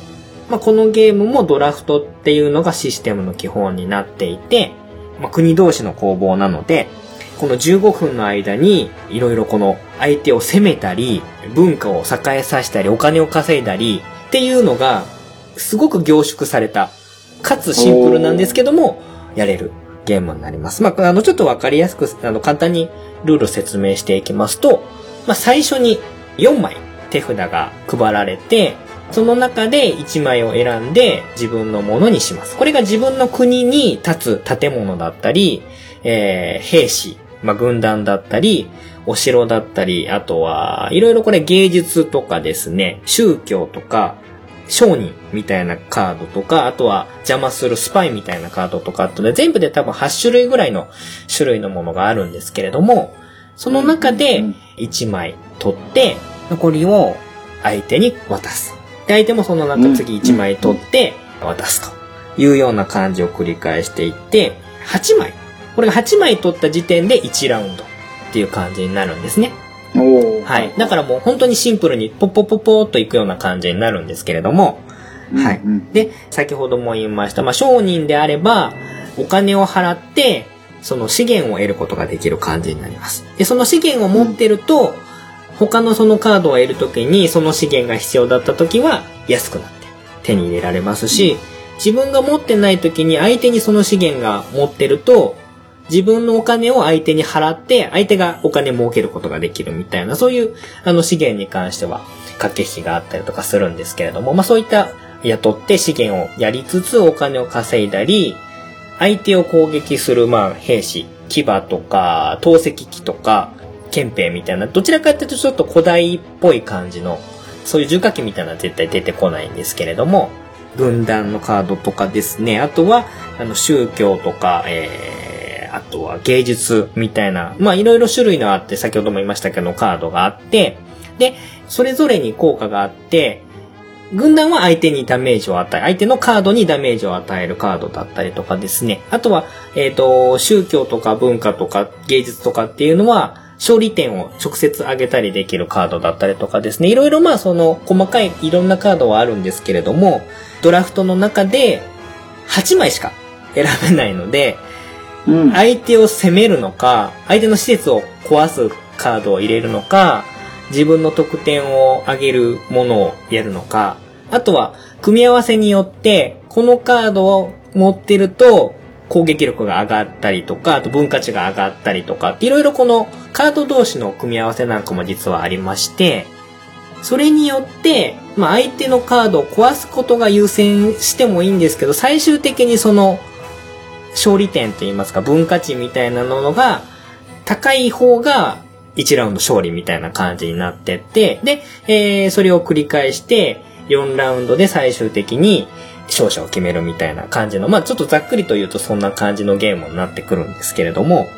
このゲームもドラフトっていうのがシステムの基本になっていて、国同士の攻防なので、この15分の間にいろいろこの相手を攻めたり、文化を栄えさせたり、お金を稼いだりっていうのがすごく凝縮された、かつシンプルなんですけども、やれるゲームになります。ちょっとわかりやすく、簡単にルール説明していきますと、最初に4枚手札が配られて、その中で1枚を選んで自分のものにします。これが自分の国に立つ建物だったり、兵士、軍団だったり、お城だったり、あとは、いろいろこれ芸術とかですね、宗教とか、商人みたいなカードとか、あとは邪魔するスパイみたいなカードとか、あとで全部で多分8種類ぐらいの種類のものがあるんですけれども、その中で1枚取って、残りを相手に渡す。で、相手もその中次1枚取って渡すというような感じを繰り返していって、8枚。これが8枚取った時点で1ラウンドっていう感じになるんですね。はい。だからもう本当にシンプルにポッポッポッポーっといくような感じになるんですけれども、はい。で、先ほども言いました、商人であれば、お金を払って、その資源を得ることができる感じになります。で、その資源を持ってると、他のそのカードを得るときに、その資源が必要だったときは、安くなって手に入れられますし、自分が持ってないときに相手にその資源が持ってると、自分のお金を相手に払って、相手がお金儲けることができるみたいな、そういう資源に関しては駆け引きがあったりとかするんですけれども、そういった雇って資源をやりつつお金を稼いだり、相手を攻撃する兵士、騎馬とか投石機とか憲兵みたいな、どちらかというとちょっと古代っぽい感じの、そういう重火器みたいなのは絶対出てこないんですけれども、軍団のカードとかですね、あとは宗教とか、あとは芸術みたいな、いろいろ種類のあって、先ほども言いましたけど、カードがあって、で、それぞれに効果があって、軍団は相手にダメージを与え、相手のカードにダメージを与えるカードだったりとかですね。あとは、宗教とか文化とか芸術とかっていうのは、勝利点を直接上げたりできるカードだったりとかですね。いろいろその細かいいろんなカードはあるんですけれども、ドラフトの中で8枚しか選べないので、相手を攻めるのか、相手の施設を壊すカードを入れるのか、自分の得点を上げるものをやるのか、あとは組み合わせによってこのカードを持ってると攻撃力が上がったりとか、あと分価値が上がったりとか、いろいろこのカード同士の組み合わせなんかも実はありまして、それによって相手のカードを壊すことが優先してもいいんですけど、最終的にその勝利点といいますか分価値みたいなのが高い方が1ラウンド勝利みたいな感じになってって、で、それを繰り返して4ラウンドで最終的に勝者を決めるみたいな感じの、ちょっとざっくりと言うとそんな感じのゲームになってくるんですけれども、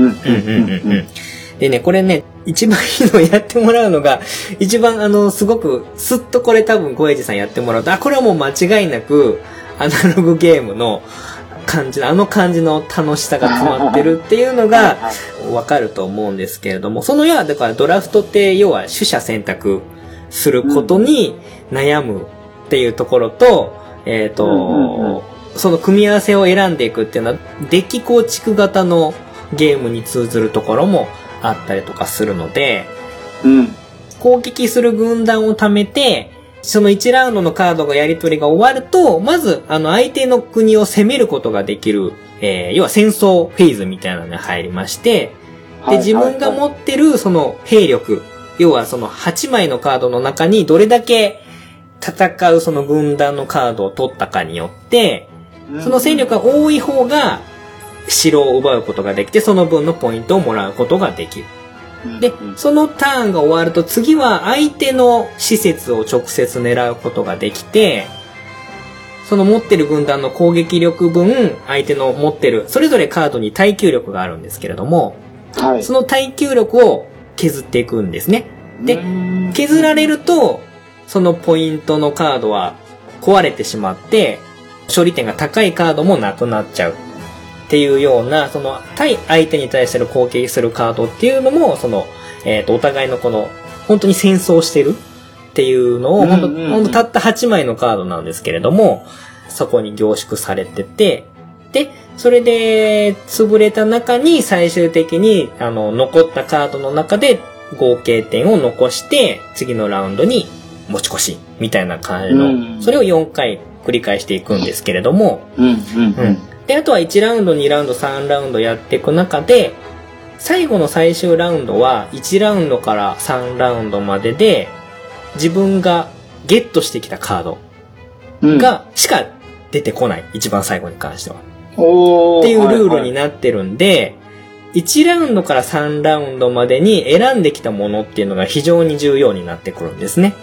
でね、これね、一番いいのをやってもらうのが、一番すごくスッとこれ多分小エイジさんやってもらうと、これはもう間違いなくアナログゲームの感じの感じの楽しさが詰まってるっていうのがわかると思うんですけれども、その要はだからドラフトって要は取捨選択することに悩むっていうところと、その組み合わせを選んでいくっていうのはデッキ構築型のゲームに通ずるところもあったりとかするので、攻撃する軍団を貯めて、その1ラウンドのカードがやり取りが終わると、まず相手の国を攻めることができる、要は戦争フェーズみたいなのに入りまして、で自分が持ってるその兵力、要はその8枚のカードの中にどれだけ戦うその軍団のカードを取ったかによって、その戦力が多い方が城を奪うことができて、その分のポイントをもらうことができる。で、そのターンが終わると次は相手の施設を直接狙うことができて、その持ってる軍団の攻撃力分、相手の持ってる、それぞれカードに耐久力があるんですけれども、その耐久力を削っていくんですね。で、削られると、そのポイントのカードは壊れてしまって、勝利点が高いカードもなくなっちゃう。っていうような、その対相手に対しての攻撃するカードっていうのも、その、お互いのこの、本当に戦争してるっていうのを、ほんとたった8枚のカードなんですけれども、そこに凝縮されてて、で、それで、潰れた中に最終的に、残ったカードの中で合計点を残して、次のラウンドに持ち越し、みたいな感じの、それを4回繰り返していくんですけれども、で、あとは1ラウンド、2ラウンド、3ラウンドやっていく中で、最後の最終ラウンドは、1ラウンドから3ラウンドまでで、自分がゲットしてきたカードが、しか出てこない。一番最後に関しては。っていうルールになってるんで、1ラウンドから3ラウンドまでに選んできたものっていうのが非常に重要になってくるんですね。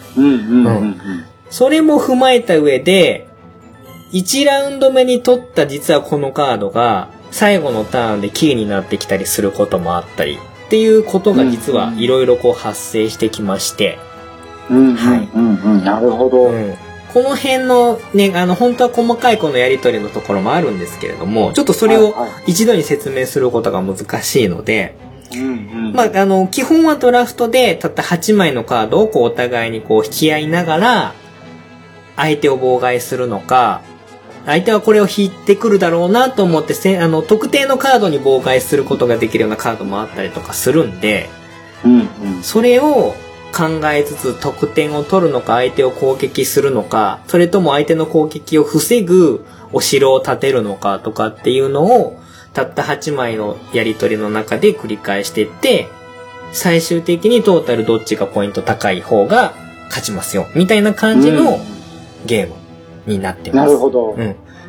それも踏まえた上で、1ラウンド目に取った実はこのカードが、最後のターンでキーになってきたりすることもあったり、っていうことが実はいろいろこう発生してきまして。 なるほど。 この辺のね、本当は細かいこのやりとりのところもあるんですけれども、ちょっとそれを一度に説明することが難しいので、基本はドラフトでたった8枚のカードをこうお互いにこう引き合いながら、相手を妨害するのか、相手はこれを引いてくるだろうなと思って、特定のカードに妨害することができるようなカードもあったりとかするんで、それを考えつつ得点を取るのか相手を攻撃するのか、それとも相手の攻撃を防ぐお城を建てるのかとかっていうのをたった8枚のやり取りの中で繰り返していって、最終的にトータルどっちがポイント高い方が勝ちますよみたいな感じのゲームになってます。 なるほど。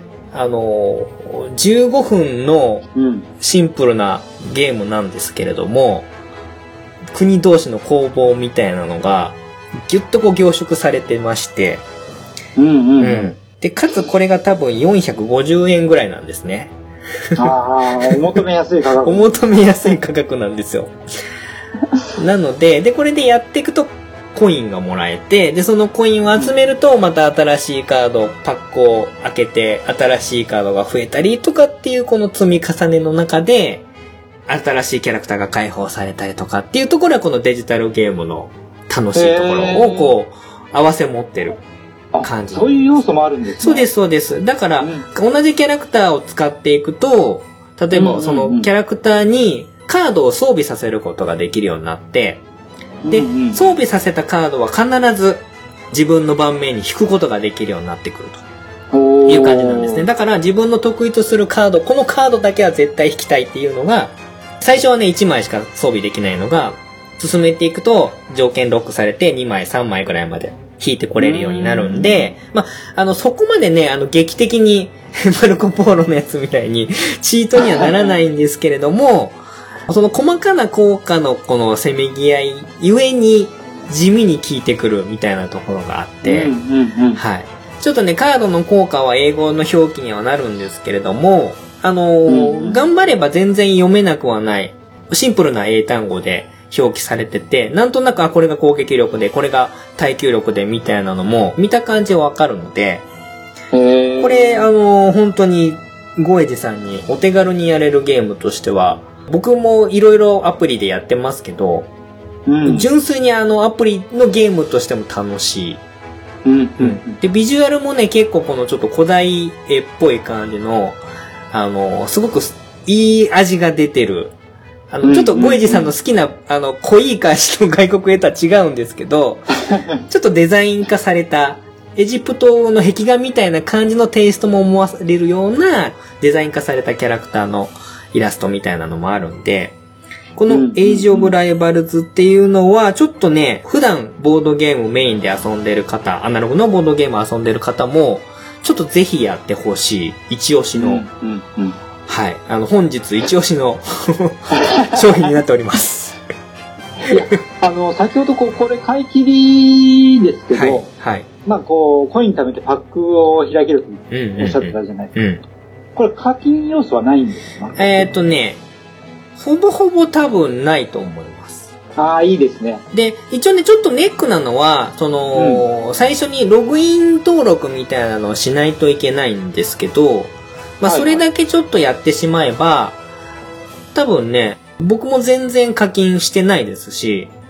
15分のシンプルなゲームなんですけれども、国同士の攻防みたいなのがギュッとこう凝縮されてまして、でかつこれが多分450円ぐらいなんですね。 お求めやすい価格。 お求めやすい価格なんですよ。なので、これでやっていくとコインがもらえて、でそのコインを集めるとまた新しいカードパックを開けて新しいカードが増えたりとかっていうこの積み重ねの中で。新しいキャラクターが解放されたりとかっていうところはこのデジタルゲームの楽しいところをこう合わせ持ってる感じ。 そういう要素もあるんですね。 そうです、そうです。だから、同じキャラクターを使っていくと、例えばそのキャラクターにカードを装備させることができるようになって、で、装備させたカードは必ず自分の盤面に引くことができるようになってくるという感じなんですね。だから自分の得意とするカード、このカードだけは絶対引きたいっていうのが、最初はね、1枚しか装備できないのが、進めていくと条件ロックされて2枚、3枚ぐらいまで引いてこれるようになるんで、そこまでね、劇的にマルコ・ポーロのやつみたいにチートにはならないんですけれども、その細かな効果のこのせめぎ合いゆえに地味に効いてくるみたいなところがあって、はい。ちょっとね、カードの効果は英語の表記にはなるんですけれども、頑張れば全然読めなくはない、シンプルな英単語で表記されてて、なんとなく、これが攻撃力で、これが耐久力で、みたいなのも、見た感じわかるので、これ、本当に、ゴエジさんにお手軽にやれるゲームとしては、僕もいろいろアプリでやってますけど、純粋にアプリのゲームとしても楽しい。で、ビジュアルもね、結構このちょっと古代絵っぽい感じの、すごくいい味が出てる。ちょっとゴエジさんの好きな、濃い感じの外国絵とは違うんですけど、ちょっとデザイン化された、エジプトの壁画みたいな感じのテイストも思われるような、デザイン化されたキャラクターのイラストみたいなのもあるんで、このエイジオブライバルズっていうのは、ちょっとね、普段ボードゲームメインで遊んでる方、アナログのボードゲーム遊んでる方も、ちょっとぜひやってほしい、一押しの、はい、本日一押しの商品になっております。 先ほどこれ買い切りですけど、コイン貯めてパックを開けるとおっしゃってたじゃないですか。これ課金要素はないんですか？ ほぼほぼ多分ないと思います。 いいですね。 で、一応ね、ちょっとネックなのは、最初にログイン登録みたいなのをしないといけないんですけど、それだけちょっとやってしまえば、多分ね、僕も全然課金してないですし、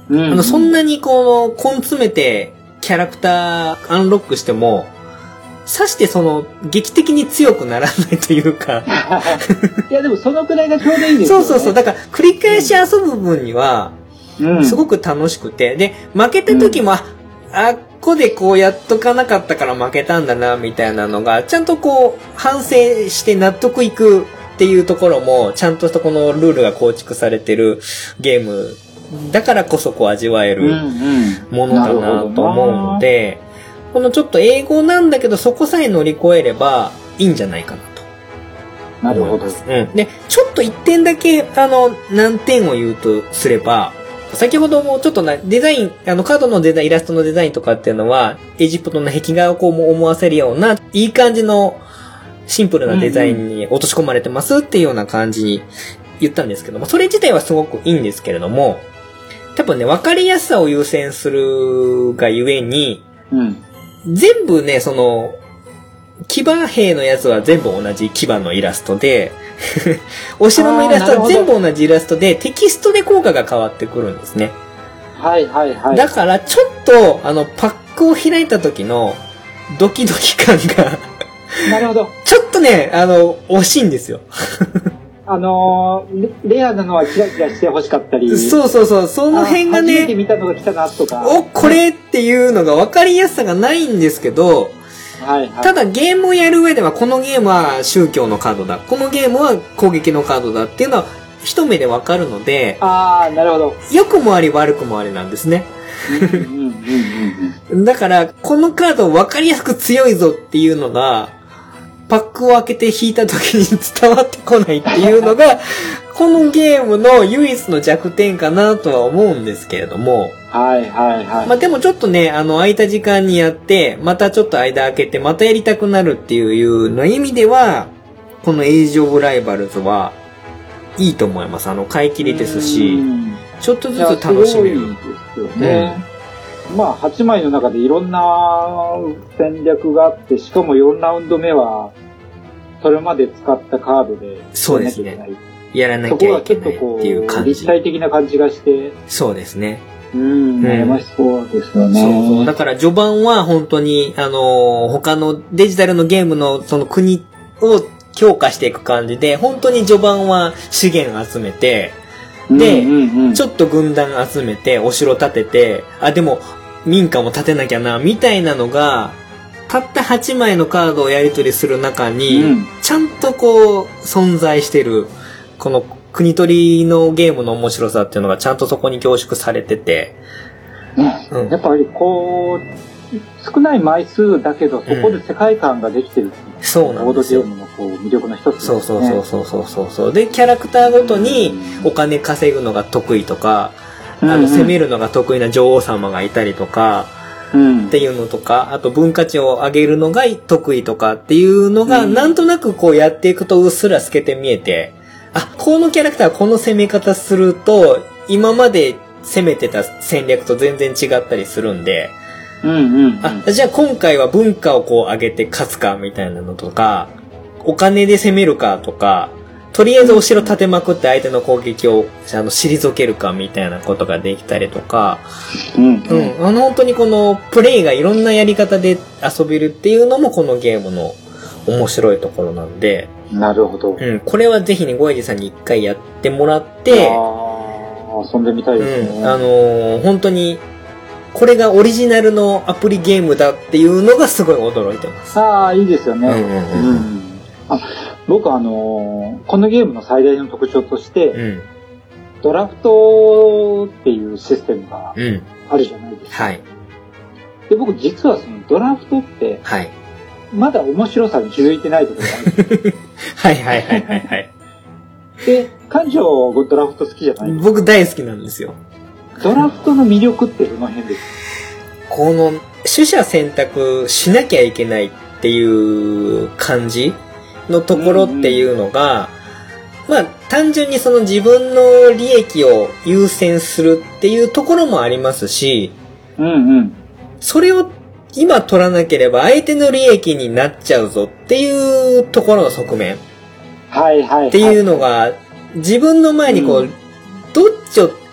そんなにこう、根詰めてキャラクターアンロックしても、さして劇的に強くならないというか。 いや、でもそのくらいがちょうどいいですよね。 そう。だから、繰り返し遊ぶ分には、すごく楽しくて。で、負けた時も、あっこでこうやっとかなかったから負けたんだな、みたいなのが、ちゃんとこう、反省して納得いくっていうところも、ちゃんとしたこのルールが構築されてるゲームだからこそこう味わえるものだなと思うので、このちょっと英語なんだけどそこさえ乗り越えればいいんじゃないかなと思います。なるほど。で、ちょっと一点だけ難点を言うとすれば、先ほどもちょっとデザイン、カードのデザイン、イラストのデザインとかっていうのは、エジプトの壁画をこう思わせるような、いい感じのシンプルなデザインに落とし込まれてますっていうような感じに言ったんですけども、それ自体はすごくいいんですけれども、多分ね、わかりやすさを優先するがゆえに、全部ね、騎馬兵のやつは全部同じ騎馬のイラストで、お城のイラストは全部同じイラストで、テキストで効果が変わってくるんですね。だから、ちょっと、パックを開いた時のドキドキ感がなるほど。 ちょっとね、惜しいんですよ。 レアなのはキラキラして欲しかったり。 そう。その辺がね。 初めて見たのが来たなとか。 これっていうのが分かりやすさがないんですけど、ただゲームをやる上ではこのゲームは宗教のカードだ。このゲームは攻撃のカードだっていうのは一目で分かるので。 なるほど。 良くもあり悪くもありなんですね。だから、このカード分かりやすく強いぞっていうのが、パックを開けて引いた時に伝わってこないっていうのが、このゲームの唯一の弱点かなとは思うんですけれども。まあでもちょっとね、空いた時間にやって、またちょっと間開けて、またやりたくなるっていうの意味では、このエイジオブライバルズはいいと思います。買い切りですし、ちょっとずつ楽しめる。 ですよね。まあ、8枚の中でいろんな戦略があって、しかも4ラウンド目は、それまで使ったカードでそうですね。やらなきゃいけないっていう感じ。 立体的な感じがして。 そうですね。 悩ましそうですよね。 そう。だから序盤は本当に、他のデジタルのゲームのその国を強化していく感じで、本当に序盤は資源集めて、で、ちょっと軍団集めて、お城建てて、でも民家も建てなきゃな、みたいなのが、たった8枚のカードをやり取りする中に、ちゃんとこう、存在してる、この国取りのゲームの面白さっていうのがちゃんとそこに凝縮されてて、 やっぱりこう、少ない枚数だけど、そこで世界観ができてるっていう、 そうなんですよ。 ボードゲームのこう魅力の一つですね。 そう。で、キャラクターごとにお金稼ぐのが得意とか、攻めるのが得意な女王様がいたりとか、っていうのとか、あと文化値を上げるのが得意とかっていうのが、なんとなくこうやっていくとうっすら透けて見えて、このキャラクターはこの攻め方すると、今まで攻めてた戦略と全然違ったりするんで、じゃあ今回は文化をこう上げて勝つかみたいなのとか、お金で攻めるかとか、とりあえずお城立てまくって相手の攻撃を退けるかみたいなことができたりとか、本当にこのプレイがいろんなやり方で遊べるっていうのもこのゲームの面白いところなんで、 なるほど。 これはぜひね、ゴエジさんに一回やってもらって、 遊んでみたいですね。 本当に、これがオリジナルのアプリゲームだっていうのがすごい驚いてます。 いいですよね。僕このゲームの最大の特徴として、ドラフトっていうシステムがあるじゃないですか。で、僕実はそのドラフトって、まだ面白さに気づいてないところがあるんです。で、館長ドラフト好きじゃないですか？ 僕大好きなんですよ。 ドラフトの魅力ってどの辺ですか？ この取捨選択しなきゃいけないっていう感じのところっていうのが、単純にその自分の利益を優先するっていうところもありますし、それを今取らなければ相手の利益になっちゃうぞっていうところの側面っていうのが自分の前にこう、どっちを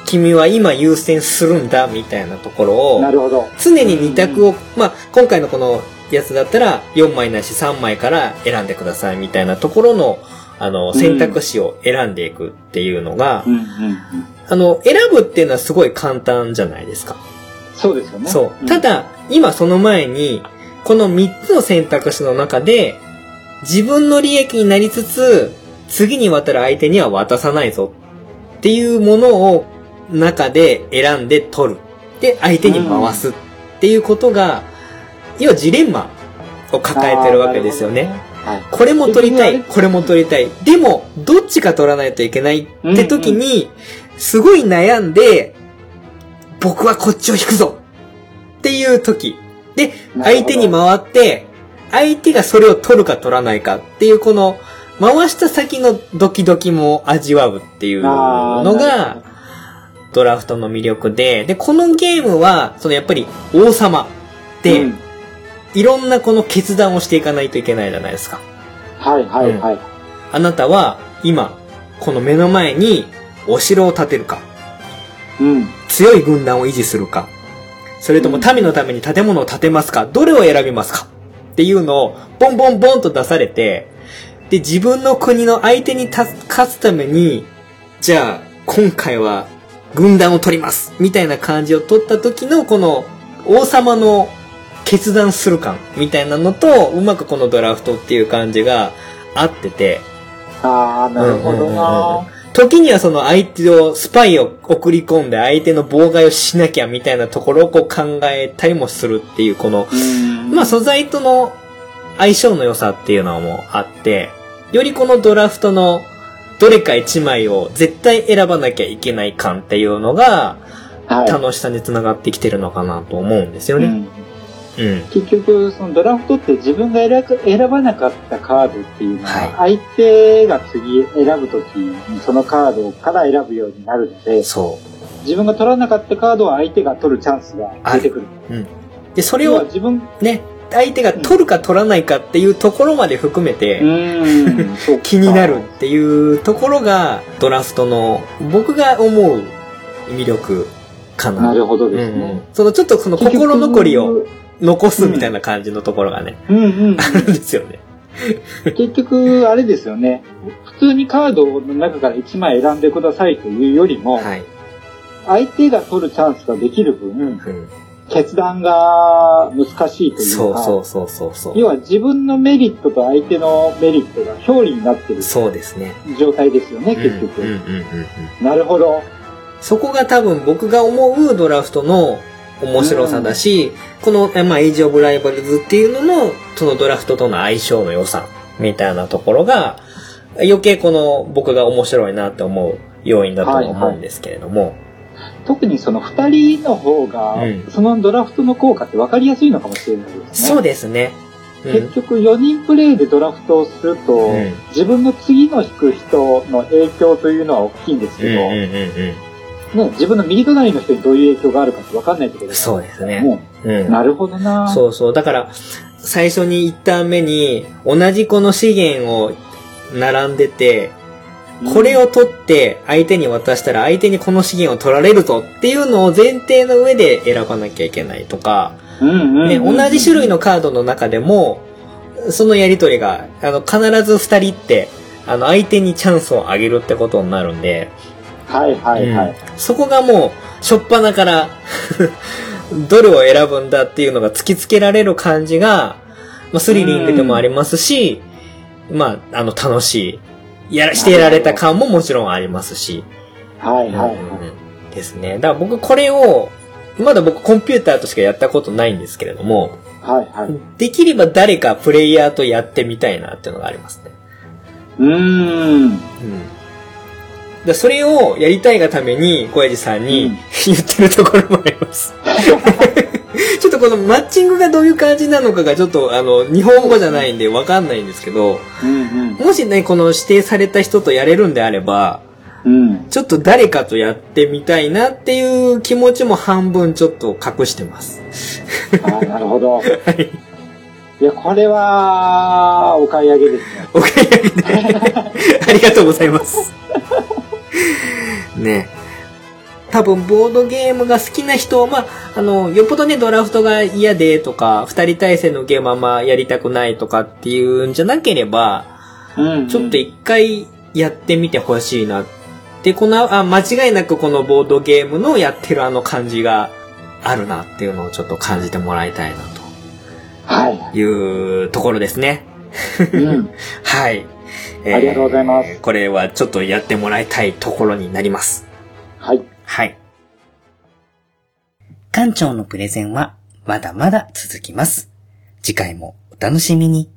君は今優先するんだみたいなところを、 なるほど。 常に2択を、まあ、今回のこのやつだったら4枚ないし3枚から選んでくださいみたいなところの、選択肢を選んでいくっていうのが、選ぶっていうのはすごい簡単じゃないですか。 そうですよね。 そう。ただ、今その前に、この3つの選択肢の中で、自分の利益になりつつ、次に渡る相手には渡さないぞっていうものを中で選んで取る。で、相手に回すっていうことが、要はジレンマを抱えてるわけですよね。これも取りたい、これも取りたい。でも、どっちか取らないといけないって時に、すごい悩んで、僕はこっちを引くぞっていう時。で、相手に回って、相手がそれを取るか取らないかっていう、この、回した先のドキドキも味わうっていうのが、ドラフトの魅力で、で、このゲームは、やっぱり王様で、いろんなこの決断をしていかないといけないじゃないですか。 はいはいはい。 あなたは、今、この目の前にお城を建てるか、強い軍団を維持するか、それとも民のために建物を建てますか、どれを選びますかっていうのを、ボンボンボンと出されて、で、自分の国の相手に勝つために、じゃあ、今回は軍団を取りますみたいな感じを取った時の、この王様の決断する感みたいなのと、うまくこのドラフトっていう感じが合ってて。 ああ、なるほどな。 時にはその相手を、スパイを送り込んで相手の妨害をしなきゃみたいなところをこう考えたりもするっていう、この、まあ素材との相性の良さっていうのもあって、よりこのドラフトのどれか1枚を絶対選ばなきゃいけない感っていうのが、楽しさにつながってきてるのかなと思うんですよね。 結局、そのドラフトって自分が選ばなかったカードっていうのは、相手が次選ぶときにそのカードから選ぶようになるので、自分が取らなかったカードは相手が取るチャンスが出てくる。 で、それをね、相手が取るか取らないかっていうところまで含めて、気になるっていうところがドラフトの僕が思う魅力かな。 なるほどですね。 ちょっとその心残りを残すみたいな感じのところがね、あるんですよね。 結局、あれですよね。普通にカードの中から1枚選んでくださいというよりも、相手が取るチャンスができる分、決断が難しいというか、要は自分のメリットと相手のメリットが表裏になっている状態ですよね、結局。なるほど。 そこが多分僕が思うドラフトの面白さだし、この、エイジ・オブ・ライバルズっていうのの、そのドラフトとの相性の良さみたいなところが、余計この僕が面白いなって思う要因だと思うんですけれども、 特にその2人の方が、そのドラフトの効果って分かりやすいのかもしれないですね。 そうですね。 結局4人プレイでドラフトをすると、自分の次の引く人の影響というのは大きいんですけど、自分の右隣の人にどういう影響があるかって分かんないってことですね。 そうですね。 なるほどな。 そうそう。だから、最初に1ターン目に同じこの資源を並んでて、これを取って相手に渡したら相手にこの資源を取られるぞっていうのを前提の上で選ばなきゃいけないとか、同じ種類のカードの中でも、そのやりとりが、必ず2人って、相手にチャンスをあげるってことになるんで、そこがもう、しょっぱなから、どれを選ぶんだっていうのが突きつけられる感じが、スリリングでもありますし、楽しい。してやられた感ももちろんありますし。ですね。だから僕これを、まだ僕コンピューターとしかやったことないんですけれども、できれば誰かプレイヤーとやってみたいなっていうのがありますね。それをやりたいがために小江路さんに言ってるところもあります。ちょっとこのマッチングがどういう感じなのかがちょっと日本語じゃないんでわかんないんですけど、もしねこの指定された人とやれるんであれば、ちょっと誰かとやってみたいなっていう気持ちも半分ちょっと隠してます。 なるほど。いや、これはお買い上げですね。 お買い上げでありがとうございます。ね。 多分ボードゲームが好きな人、まあ、よっぽどね、ドラフトが嫌でとか、二人対戦のゲームはあんまやりたくないとかっていうんじゃなければ、ちょっと一回やってみてほしいな。で、間違いなくこのボードゲームのやってる感じがあるなっていうのをちょっと感じてもらいたいなと。はい。いうところですね。はい。 ありがとうございます。 これはちょっとやってもらいたいところになります。 はい。 はい。 館長のプレゼンはまだまだ続きます。次回もお楽しみに。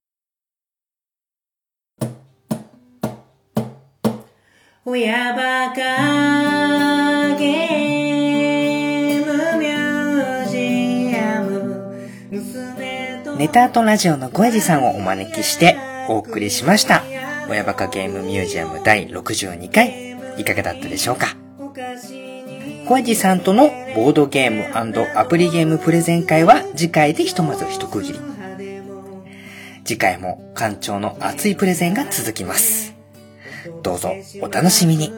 親バカゲームミュージアム。ネタアートラジオの小江路さんをお招きしてお送りしました。親バカゲームミュージアム第62回。いかがだったでしょうか。小江路さんとのボードゲーム&アプリゲームプレゼン会は次回でひとまず一区切り。次回も館長の熱いプレゼンが続きます。どうぞお楽しみに。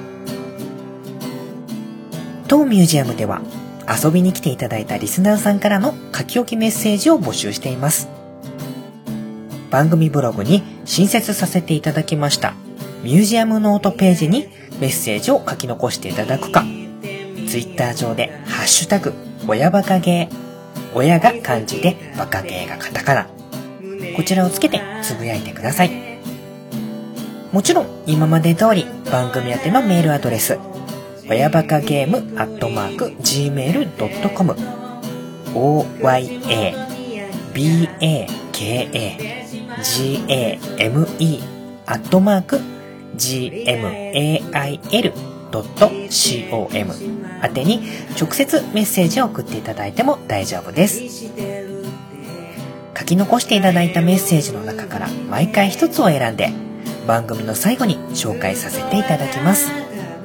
当ミュージアムでは遊びに来ていただいたリスナーさんからの書き置きメッセージを募集しています。番組ブログに新設させていただきましたミュージアムノートページにメッセージを書き残していただくか、ツイッター上でハッシュタグ親バカゲー、親が漢字でバカゲーがカタカナ、こちらをつけてつぶやいてください。もちろん今まで通り番組宛てのメールアドレス親バカゲーム@gmail.com oyabakagame@gmail.com 宛てに直接メッセージを送っていただいても大丈夫です。書き残していただいたメッセージの中から毎回一つを選んで番組の最後に紹介させていただきます。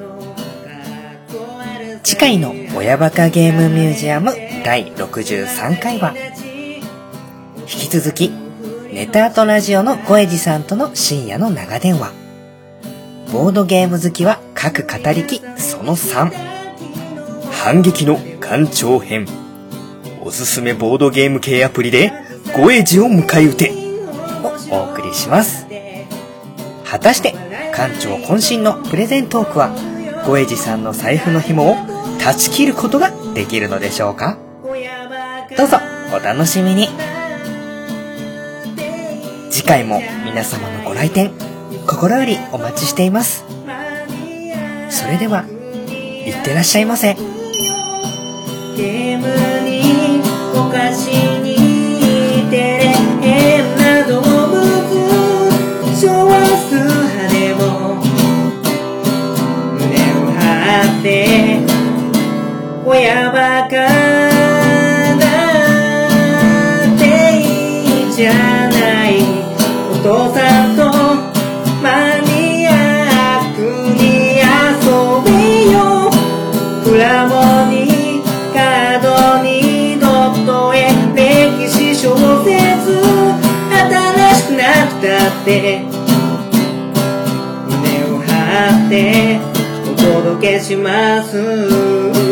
次回の親バカゲームミュージアム第63回は引き続きネタアートラジオの小江路さんとの深夜の長電話、ボードゲーム好きは各語りきその3、反撃の館長編、おすすめボードゲーム系アプリで小江路を迎え撃てをお送りします。果たして館長渾身のプレゼントークは小江路さんの財布の紐を断ち切ることができるのでしょうか。どうぞお楽しみに。次回も皆様のご来店心よりお待ちしています。それではいってらっしゃいませ。ゲームにお菓子にテレ変な動物、昭和数派でも胸を張って親バカなんていいじゃない、お父さんとマニアックに遊べよ、プラモにカードにドット絵歴史小説、新しくなったって胸を張ってお届けします。